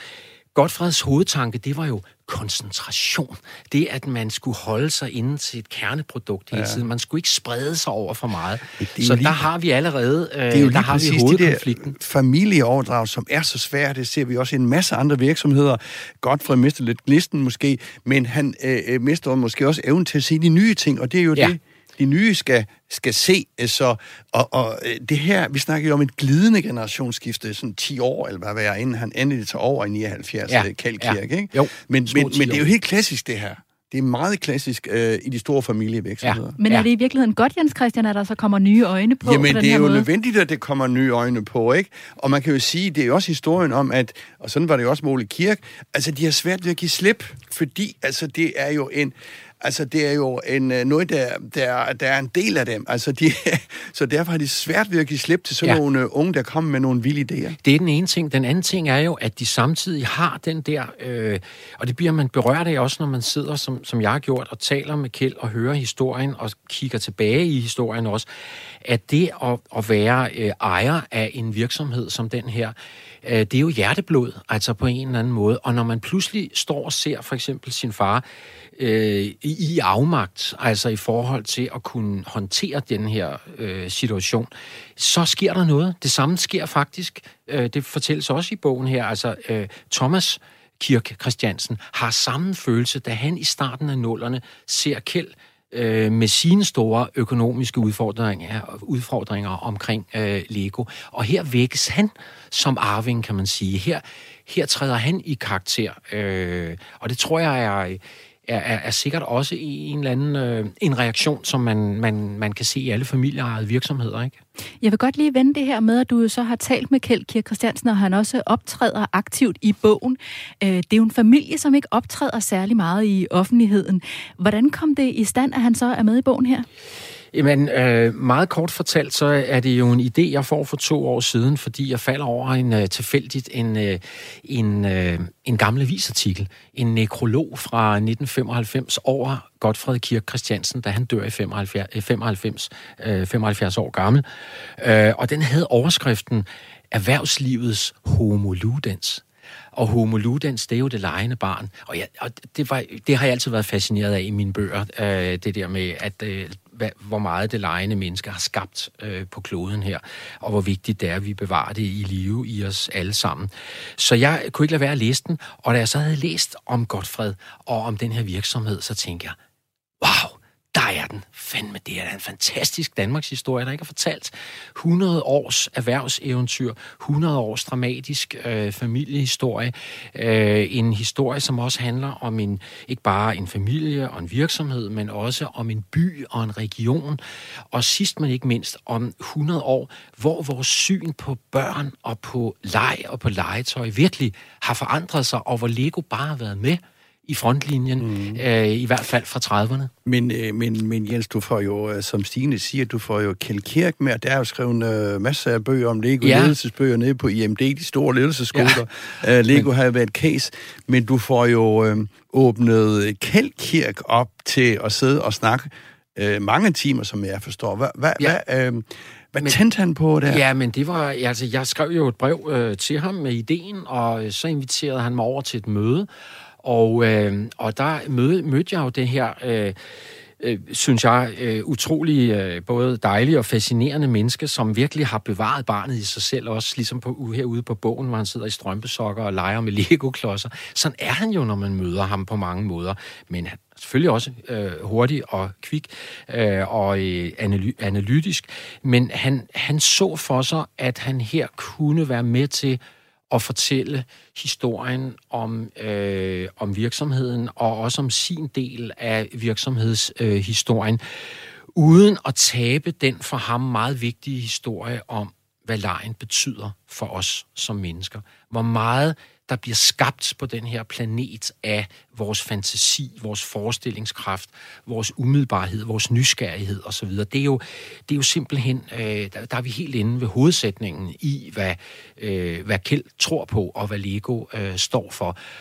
Godtfreds hovedtanke, det var jo koncentration. Det, at man skulle holde sig inden til et kerneprodukt hele tiden. Ja. Man skulle ikke sprede sig over for meget. Så lige, der har vi allerede, øh, det er jo der har vi hovedkonflikten. De familieoverdragelse, som er så svært, det ser vi også i en masse andre virksomheder. Godtfred mister lidt glisten måske, men han øh, mister måske også evnen til at se de nye ting, og det er jo ja. det, de nye skal, skal se. Så, og, og det her, vi snakker jo om et glidende generationsskifte, sådan ti år, eller hvad var inden han endelig tager over i nioghalvfjerds, ja. Kjeld Kirk, ja. Ikke? Jo, men, men, men det er jo helt klassisk, det her. Det er meget klassisk øh, i de store familievirksomheder. Ja. Men er det i virkeligheden godt, Jens Christian, at der så kommer nye øjne på? Jamen, på den det er her jo måde? nødvendigt, at det kommer nye øjne på, ikke? Og man kan jo sige, det er jo også historien om, at, og sådan var det jo også med Ole Kirk, altså de har svært ved at give slip, fordi altså det er jo en, altså det er jo en, noget, der, der, der er en del af dem. Altså de, så derfor har de svært ved at give slip til sådan ja. nogle unge, der kommer med nogle vilde idéer. Det er den ene ting. Den anden ting er jo, at de samtidig har den der, øh, og det bliver man berørt af også, når man sidder, som, som jeg har gjort, og taler med Kjeld og hører historien og kigger tilbage i historien også, at det at, at være øh, ejer af en virksomhed som den her, øh, det er jo hjerteblod, altså på en eller anden måde. Og når man pludselig står og ser for eksempel sin far øh, i afmagt, altså i forhold til at kunne håndtere den her øh, situation, så sker der noget. Det samme sker faktisk, øh, det fortælles også i bogen her, altså øh, Thomas Kirk Christiansen har samme følelse, da han i starten af nullerne ser Kjeld øh, med sine store økonomiske udfordringer, udfordringer omkring øh, Lego. Og her vækkes han som arving, kan man sige. Her, her træder han i karakter, øh, og det tror jeg er... Er, er, er sikkert også en eller anden øh, en reaktion, som man, man, man kan se i alle familieejede virksomheder, ikke? Jeg vil godt lige vende det her med, at du så har talt med Kjeld Kirk Christiansen, og han også optræder aktivt i bogen. Det er jo en familie, som ikke optræder særlig meget i offentligheden. Hvordan kom det i stand, at han så er med i bogen her? Jamen, øh, meget kort fortalt, så er det jo en idé, jeg får for to år siden, fordi jeg falder over en uh, tilfældigt en, uh, en, uh, en gammel avisartikel, en nekrolog fra nitten femoghalvfems over Godtfred Kirk Christiansen, da han dør i femoghalvfjerds, femoghalvfems, uh, femoghalvfjerds år gammel. Uh, og den havde overskriften Erhvervslivets Homo Ludens. Og Homo Ludens, det er jo det legende barn. Og, ja, og det, var, det har jeg altid været fascineret af i mine bøger, øh, det der med, at øh, hvad, hvor meget det legende menneske har skabt øh, på kloden her, og hvor vigtigt det er, at vi bevarer det i live i os alle sammen. Så jeg kunne ikke lade være at læse den, og da jeg så havde læst om Godtfred og om den her virksomhed, så tænkte jeg, wow, der er den. Fandme, det er en fantastisk Danmarks historie, der ikke er fortalt. hundrede års erhvervseventyr, hundrede års dramatisk øh, familiehistorie. Øh, en historie, som også handler om en, ikke bare en familie og en virksomhed, men også om en by og en region. Og sidst men ikke mindst om hundrede år, hvor vores syn på børn og på leg og på legetøj virkelig har forandret sig, og hvor Lego bare har været med i frontlinjen, mm. øh, i hvert fald fra trediverne. Men, øh, men, men Jens, du får jo, som Stine siger, du får jo Kjeld Kirk med, og der er jo skrevet øh, masser af bøger om Lego, ja. ledelsesbøger nede på I M D, de store ledelsesskoler. Ja. Uh, Lego men... har jo været et case, men du får jo øh, åbnet Kjeld Kirk op til at sidde og snakke øh, mange timer, som jeg forstår. Hva, hva, ja. Hvad øh, Hvad men, tændte han på der? Ja, men det var... Altså, jeg skrev jo et brev øh, til ham med ideen, og så inviterede han mig over til et møde, Og, øh, og der mød, mødte jeg jo det her, øh, øh, synes jeg, øh, utrolig øh, både dejlige og fascinerende menneske, som virkelig har bevaret barnet i sig selv, også ligesom på, herude på bogen, hvor han sidder i strømpesokker og leger med Lego-klodser. Sådan er han jo, når man møder ham på mange måder. Men han er selvfølgelig også øh, hurtig og kvik øh, og øh, analy- analytisk. Men han, han så for sig, at han her kunne være med til at fortælle historien om, øh, om virksomheden, og også om sin del af virksomhedshistorien, øh, uden at tabe den for ham meget vigtige historie om, hvad legen betyder for os som mennesker. Hvor meget der bliver skabt på den her planet af vores fantasi, vores forestillingskraft, vores umiddelbarhed, vores nysgerrighed osv. Det er jo, det er jo simpelthen, øh, der, der er vi helt inde ved hovedsætningen i, hvad, øh, hvad Kjeld tror på, og hvad Lego øh, står for.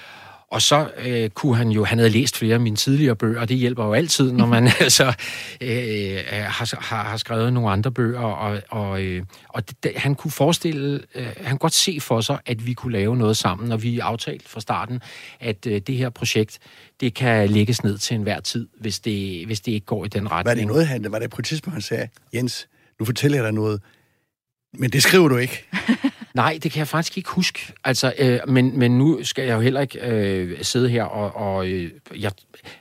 Og så øh, kunne han jo, han havde læst flere af mine tidligere bøger, og det hjælper jo altid, når man altså øh, har, har, har skrevet nogle andre bøger, og, og, øh, og det, han kunne forestille, øh, han kunne godt se for sig, at vi kunne lave noget sammen, og vi aftalte fra starten, at øh, det her projekt, det kan lægges ned til enhver tid, hvis det, hvis det ikke går i den retning. Var det noget, han, var det på et tidspunkt, han sagde, Jens, nu fortæller jeg dig noget, men det skriver du ikke? Nej, det kan jeg faktisk ikke huske. Altså, øh, men, men nu skal jeg jo heller ikke øh, sidde her og, og øh, jeg,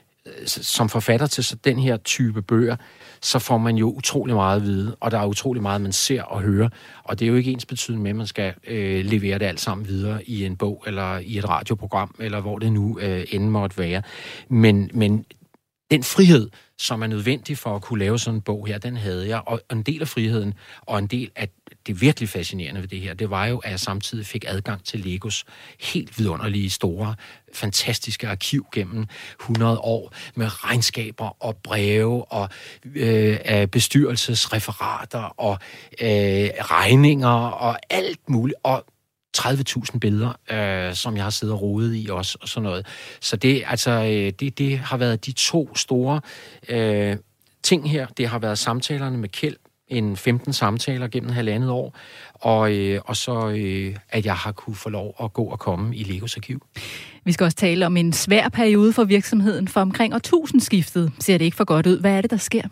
som forfatter til den her type bøger, så får man jo utrolig meget at vide, og der er utrolig meget, man ser og hører, og det er jo ikke ens betydende med, at man skal øh, levere det alt sammen videre i en bog, eller i et radioprogram, eller hvor det nu øh, end måtte være. Men, men den frihed, som er nødvendig for at kunne lave sådan en bog her, den havde jeg, og en del af friheden, og en del af det virkelig fascinerende ved det her, det var jo, at jeg samtidig fik adgang til Legos helt vidunderlige, store, fantastiske arkiv gennem hundrede år, med regnskaber og breve og øh, bestyrelsesreferater og øh, regninger og alt muligt, og tredive tusind billeder, øh, som jeg har siddet og rodet i også, og sådan noget. Så det, altså, øh, det, det har været de to store øh, ting her. Det har været samtalerne med Kjeld, en femten samtaler gennem halvandet år, og, øh, og så øh, at jeg har kunne få lov at gå og komme i Legos arkiv. Vi skal også tale om en svær periode for virksomheden, for omkring årtusindskiftet ser det ikke for godt ud. Hvad er det, der sker?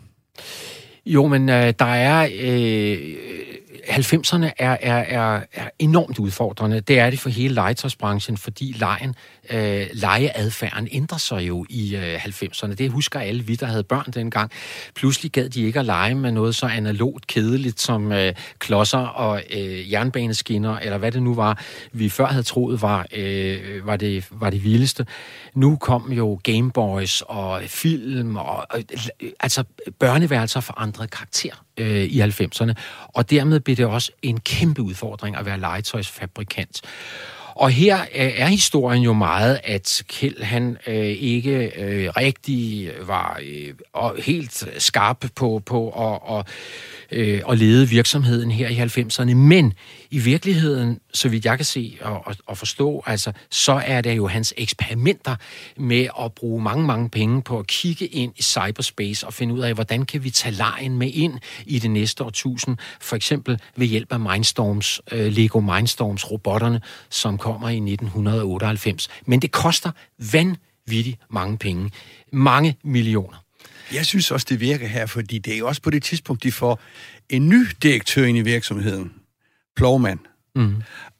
Jo, men øh, der er... Øh, halvfemserne er, er, er, er enormt udfordrende. Det er det for hele legetøjsbranchen, fordi lejen, øh, legeadfærden ændrer sig jo i øh, halvfemserne. Det husker alle vi, der havde børn dengang. Pludselig gad de ikke at lege med noget så analogt kedeligt som øh, klodser og øh, jernbaneskinner, eller hvad det nu var, vi før havde troet var, øh, var, det, var det vildeste. Nu kom jo Gameboys og film, og øh, altså børneværelser forandrede karakter øh, i halvfemserne, og dermed blev det også en kæmpe udfordring at være legetøjsfabrikant. Og her øh, er historien jo meget, at Kjeld han øh, ikke øh, rigtig var øh, helt skarp på, på at og, øh, og lede virksomheden her i halvfemserne, men i virkeligheden, så vidt jeg kan se og, og, og forstå, altså, så er det jo hans eksperimenter med at bruge mange, mange penge på at kigge ind i cyberspace og finde ud af, hvordan kan vi tage legen med ind i det næste årtusind, for eksempel ved hjælp af Mindstorms, øh, Lego Mindstorms robotterne, som kommer i nitten otteoghalvfems. Men det koster vanvittigt mange penge. Mange millioner. Jeg synes også, det virker her, fordi det er jo også på det tidspunkt, de får en ny direktør ind i virksomheden. Plovmand. Mm.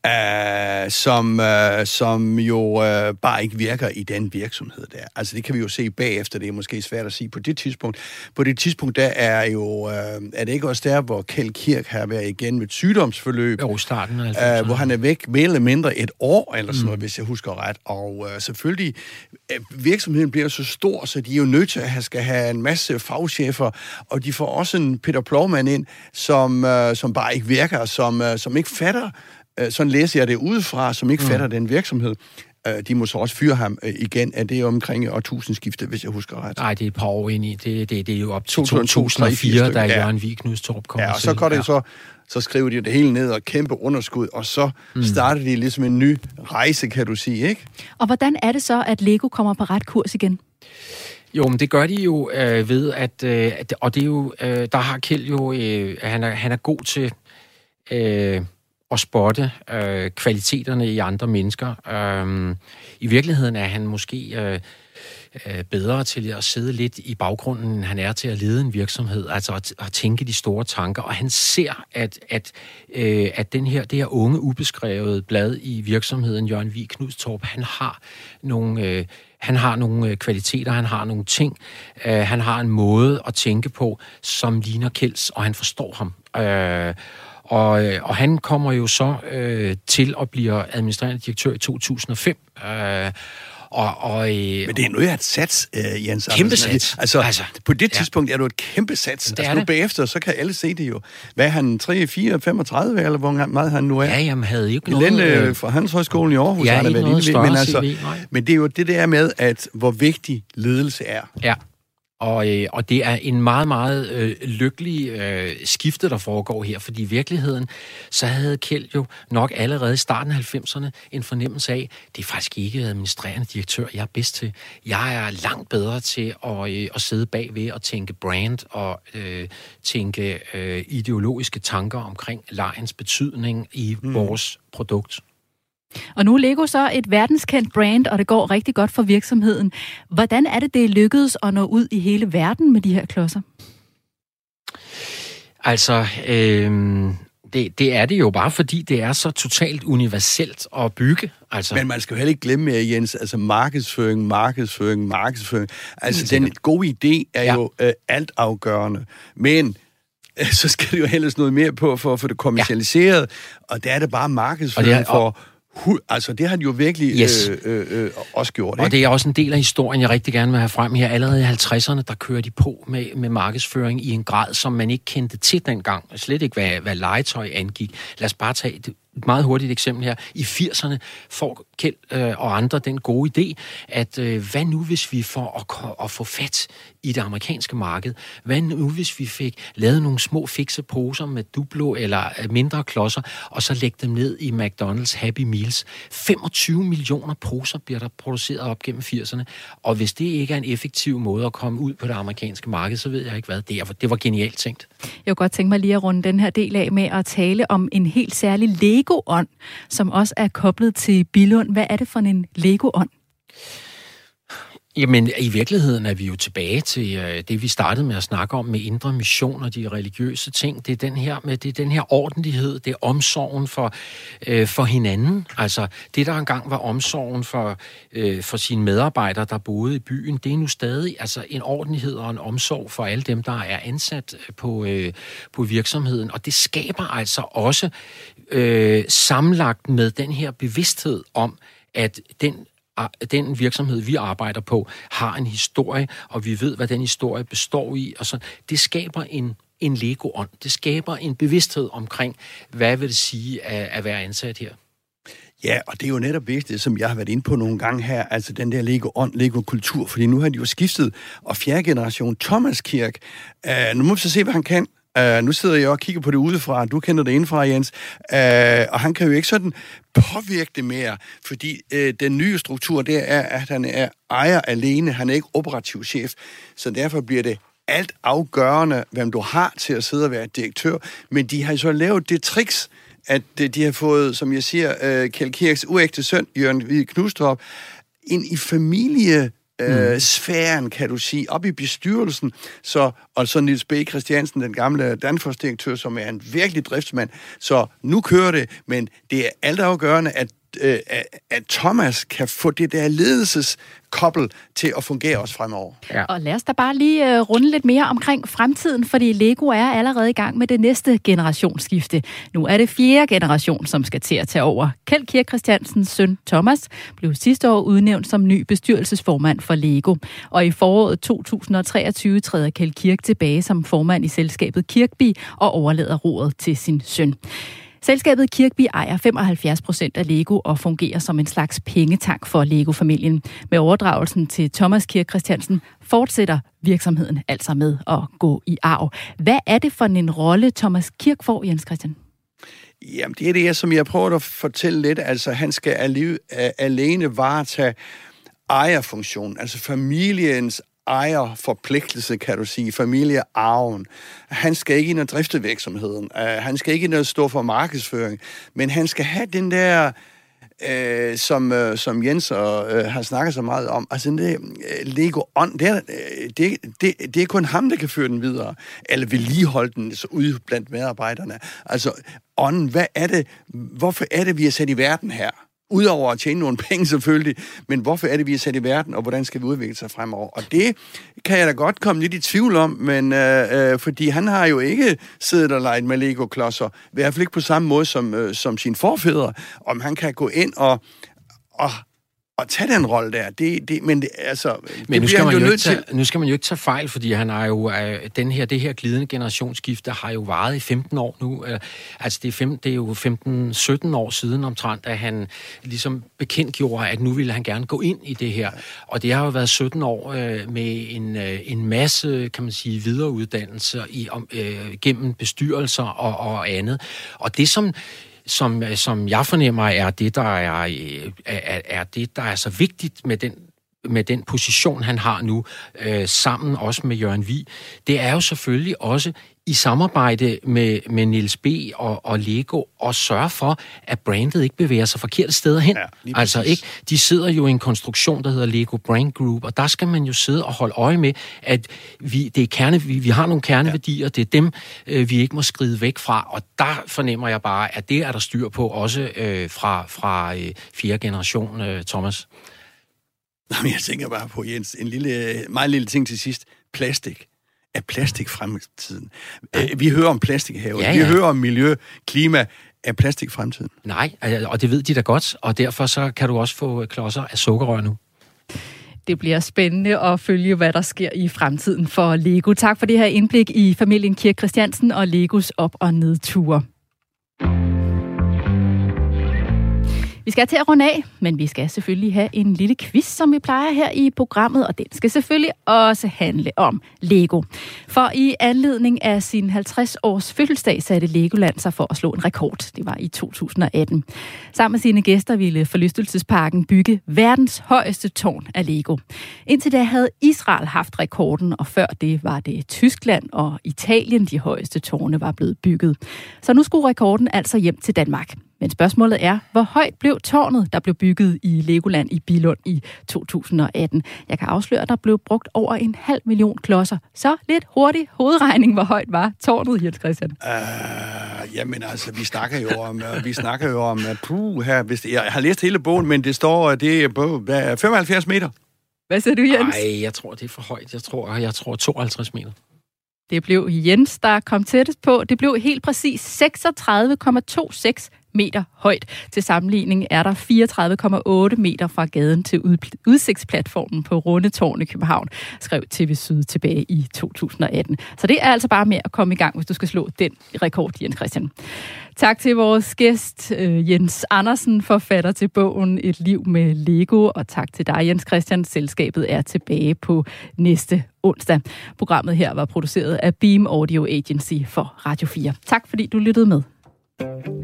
Uh, som, uh, som jo uh, bare ikke virker i den virksomhed der. Altså det kan vi jo se bagefter, det er måske svært at sige på det tidspunkt. På det tidspunkt der er jo, uh, er det ikke også der, hvor Kjeld Kirk har været igen med et sygdomsforløb, jo, starten af uh, hvor han er væk mere eller mindre et år, eller sådan noget, mm. hvis jeg husker ret. Og uh, selvfølgelig, uh, virksomheden bliver så stor, så de er jo nødt til at have, skal have en masse fagchefer, og de får også en Peter Plovmand ind, som, uh, som bare ikke virker, som, uh, som ikke fatter. Sådan læser jeg det udefra, som ikke fatter mm. den virksomhed. De må så også fyre ham igen. Er det omkring årtusindskiftet, hvis jeg husker ret? Nej, det er et par år ind i. Det, det, det er jo op til to tusind og fire, da Jørgen Vig Knudstorp kom. Ja, og så går det ja. så, så skriver de det hele ned og kæmpe underskud, og så mm. starter de ligesom en ny rejse, kan du sige, ikke? Og hvordan er det så, at Lego kommer på ret kurs igen? Jo, men det gør de jo øh, ved, at, øh, og det er jo, øh, der har Kjeld jo, øh, han, er, han er god til... Øh, og spotte øh, kvaliteterne i andre mennesker. Øh, I virkeligheden er han måske øh, øh, bedre til at sidde lidt i baggrunden, end han er til at lede en virksomhed, altså at, at tænke de store tanker. Og han ser, at, at, øh, at den her, det her unge, ubeskrevede blad i virksomheden, Jørgen Vig Knudstorp, han har nogle... Øh, Han har nogle kvaliteter, han har nogle ting, øh, han har en måde at tænke på, som ligner Kjelds, og han forstår ham. Øh, og, og han kommer jo så øh, til at blive administrerende direktør i to tusind og fem. Øh, og, og, øh, Men det er noget af et sats, øh, Jens. Kæmpe sats. Altså, altså, på det tidspunkt ja. er det et kæmpe sats. Altså, nu bagefter, så kan alle se det jo. Hvad er han, tre, fire, femogtredive, eller hvor meget han nu er? Ja, jamen, havde ikke noget... Lende øh, fra Handelshøjskolen i Aarhus, ja, har der været noget lille, men, altså, C V, men det er jo det der med, at hvor vigtig ledelse er. Ja. Og, øh, og det er en meget, meget øh, lykkelig øh, skifte, der foregår her, fordi i virkeligheden, så havde Kjeld jo nok allerede i starten af halvfemserne en fornemmelse af, det er faktisk ikke administrerende direktør, jeg er bedst til. Jeg er langt bedre til at, øh, at sidde bagved og tænke brand og øh, tænke øh, ideologiske tanker omkring lejens betydning i mm. vores produkt. Og nu er Lego så et verdenskendt brand, og det går rigtig godt for virksomheden. Hvordan er det, det er lykkedes at nå ud i hele verden med de her klodser? Altså, øh, det, det er det jo bare, fordi det er så totalt universelt at bygge. Altså. Men man skal jo heller ikke glemme, Jens, altså markedsføring, markedsføring, markedsføring. Altså, den gode idé er ja. jo øh, altafgørende, men så skal det jo hældes noget mere på for at få det kommercialiseret, ja. og der er det bare markedsføring og det er, og for... Altså, det har de jo virkelig yes. øh, øh, også gjort, ikke? Og det er også en del af historien, jeg rigtig gerne vil have frem her. Allerede i halvtredserne, der kører de på med, med markedsføring i en grad, som man ikke kendte til dengang. Slet ikke, hvad, hvad legetøj angik. Lad os bare tage et meget hurtigt eksempel her. I firserne får Kjeld øh, og andre den gode idé, at øh, hvad nu, hvis vi får at, at få fat i det amerikanske marked? Hvad nu, hvis vi fik lavet nogle små fikse poser med Duplo eller mindre klodser, og så lægge dem ned i McDonald's Happy Meals? femogtyve millioner poser bliver der produceret op gennem firserne, og hvis det ikke er en effektiv måde at komme ud på det amerikanske marked, så ved jeg ikke hvad. Det, er, det var genialt tænkt. Jeg kunne godt tænke mig lige at runde den her del af med at tale om en helt særlig Lego-ånd, som også er koblet til Billund. Hvad er det for en Lego-ånd? Jamen, i virkeligheden er vi jo tilbage til øh, det, vi startede med at snakke om med indre mission og de religiøse ting. Det er den her, med, det er den her ordentlighed, det er omsorgen for, øh, for hinanden. Altså, det der engang var omsorgen for, øh, for sine medarbejdere, der boede i byen, det er nu stadig altså, en ordentlighed og en omsorg for alle dem, der er ansat på, øh, på virksomheden. Og det skaber altså også øh, sammenlagt med den her bevidsthed om, at den den virksomhed, vi arbejder på, har en historie, og vi ved, hvad den historie består i. Og så, det skaber en, en Lego-ånd. Det skaber en bevidsthed omkring, hvad vil det sige at, at være ansat her. Ja, og det er jo netop vigtigt, som jeg har været inde på nogle gange her, altså den der Lego-ånd, Lego-kultur, fordi nu har de jo skiftet, og fjerde generation, Thomas Kirk, øh, nu må vi så se, hvad han kan. Uh, nu sidder jeg og kigger på det udefra, du kender det indefra, Jens, uh, og han kan jo ikke sådan påvirke det mere, fordi uh, den nye struktur, det er, at han er ejer alene, han er ikke operativ chef, så derfor bliver det alt afgørende, hvem du har til at sidde og være direktør, men de har så lavet det tricks, at de har fået, som jeg siger, uh, Kjeld Kirks uægte søn, Jørgen Hvide Knudstrup, ind i familie Øh, sfæren, kan du sige, op i bestyrelsen, så, og så Niels B. Christiansen, den gamle Danfoss-direktør, som er en virkelig driftsmand. Så nu kører det, men det er altafgørende, at, øh, at Thomas kan få det der ledelseskobbel til at fungere også fremover. Ja. Og lad os da bare lige uh, runde lidt mere omkring fremtiden, fordi Lego er allerede i gang med det næste generationsskifte. Nu er det fjerde generation, som skal til at tage over. Kjeld Kirk Christiansens søn Thomas blev sidste år udnævnt som ny bestyrelsesformand for Lego. Og i foråret to tusind og treogtyve træder Kjeld Kirk tilbage som formand i selskabet Kirkbi og overlader roret til sin søn. Selskabet Kirkbi ejer femoghalvfjerds procent af Lego og fungerer som en slags pengetank for Lego-familien. Med overdragelsen til Thomas Kirk Christiansen fortsætter virksomheden altså med at gå i arv. Hvad er det for en rolle, Thomas Kirk får, Jens Christian? Jamen, det er det, som jeg prøver at fortælle lidt. Altså, han skal alene varetage ejerfunktionen, altså familiens ejerforpligtelse, kan du sige, familiearven. Han skal ikke ind og drifte virksomheden. Uh, han skal ikke ind og stå for markedsføring, men han skal have den der, uh, som, uh, som Jens og, uh, har snakket så meget om, altså den der uh, Lego-ånd, det er, uh, det, det, det er kun ham, der kan føre den videre, eller vedligeholde den så ude blandt medarbejderne. Altså, ånden, hvad er det, hvorfor er det, vi er sat i verden her? Udover at tjene nogle penge selvfølgelig, men hvorfor er det, vi er sat i verden, og hvordan skal vi udvikle sig fremover? Og det kan jeg da godt komme lidt i tvivl om, men øh, øh, fordi han har jo ikke siddet og leget med Lego-klodser, i hvert fald ikke på samme måde som, øh, som sine forfædre, om han kan gå ind og, og, at tage den rolle der. Det, det, men det, altså, men det nu skal, man jo nødt ikke tage, til. nu skal man jo ikke tage fejl, fordi han har jo, øh, den her, det her glidende generationsskifte har jo varet i femten år nu. Øh, altså det er, fem, det er jo femten sytten år siden omtrent, at han ligesom bekendtgjorde, at nu ville han gerne gå ind i det her. Og det har jo været sytten år øh, med en, øh, en masse, kan man sige, videreuddannelser i, om, øh, gennem bestyrelser og, og andet. Og det som Som, som jeg fornemmer, er det, der er, er, er det, der er så vigtigt med den, med den position, han har nu, øh, sammen også med Jørgen Vig. Det er jo selvfølgelig også i samarbejde med, med Niels B. og, og Lego og sørge for, at brandet ikke bevæger sig forkerte steder hen. Ja, altså ikke, de sidder jo i en konstruktion, der hedder Lego Brand Group, og der skal man jo sidde og holde øje med, at vi, det er kerne, vi, vi har nogle kerneværdier, ja. Det er dem, øh, vi ikke må skride væk fra, og der fornemmer jeg bare, at det er der styr på, også øh, fra, fra øh, fjerde generation, øh, Thomas. Jamen, jeg tænker bare på, Jens, en lille, meget lille ting til sidst. Plastik. Er plastik fremtiden? Vi hører om plastikhavet. Ja, ja. Vi hører om miljø, klima. Er plastik fremtiden? Nej, og det ved de da godt, og derfor så kan du også få klodser af sukkerrør nu. Det bliver spændende at følge, hvad der sker i fremtiden for Lego. Tak for det her indblik i familien Kirk Christiansen og Legos op- og nedture. Vi skal til at runde af, men vi skal selvfølgelig have en lille quiz, som vi plejer her i programmet, og den skal selvfølgelig også handle om Lego. For i anledning af sin halvtreds års fødselsdag satte Legoland sig for at slå en rekord. Det var i to tusind og atten. Sammen med sine gæster ville forlystelsesparken bygge verdens højeste tårn af Lego. Indtil da havde Israel haft rekorden, og før det var det Tyskland og Italien, de højeste tårne var blevet bygget. Så nu skulle rekorden altså hjem til Danmark. Men spørgsmålet er, hvor højt blev tårnet, der blev bygget i Legoland i Billund i to tusind og atten? Jeg kan afsløre, at der blev brugt over en halv million klodser. Så lidt hurtig hovedregning, hvor højt var tårnet, Jens Christian? Uh, jamen altså, vi snakker jo om, uh, vi snakker jo om, uh, puh, her, hvis det, jeg har læst hele bogen, men det står, det er på femoghalvfjerds meter. Hvad siger du, Jens? Nej, jeg tror, det er for højt. Jeg tror, jeg tror tooghalvtreds meter. Det blev Jens, der kom tættest på. Det blev helt præcis seksogtredive komma toogtyve meter højt. Til sammenligning er der fireogtredive komma otte meter fra gaden til udsigtsplatformen på Rundetårn i København, skrev T V Syd tilbage i to tusind og atten. Så det er altså bare med at komme i gang, hvis du skal slå den rekord, Jens Christian. Tak til vores gæst, Jens Andersen, forfatter til bogen Et liv med Lego, og tak til dig, Jens Christian. Selskabet er tilbage på næste onsdag. Programmet her var produceret af Beam Audio Agency for Radio fire. Tak fordi du lyttede med.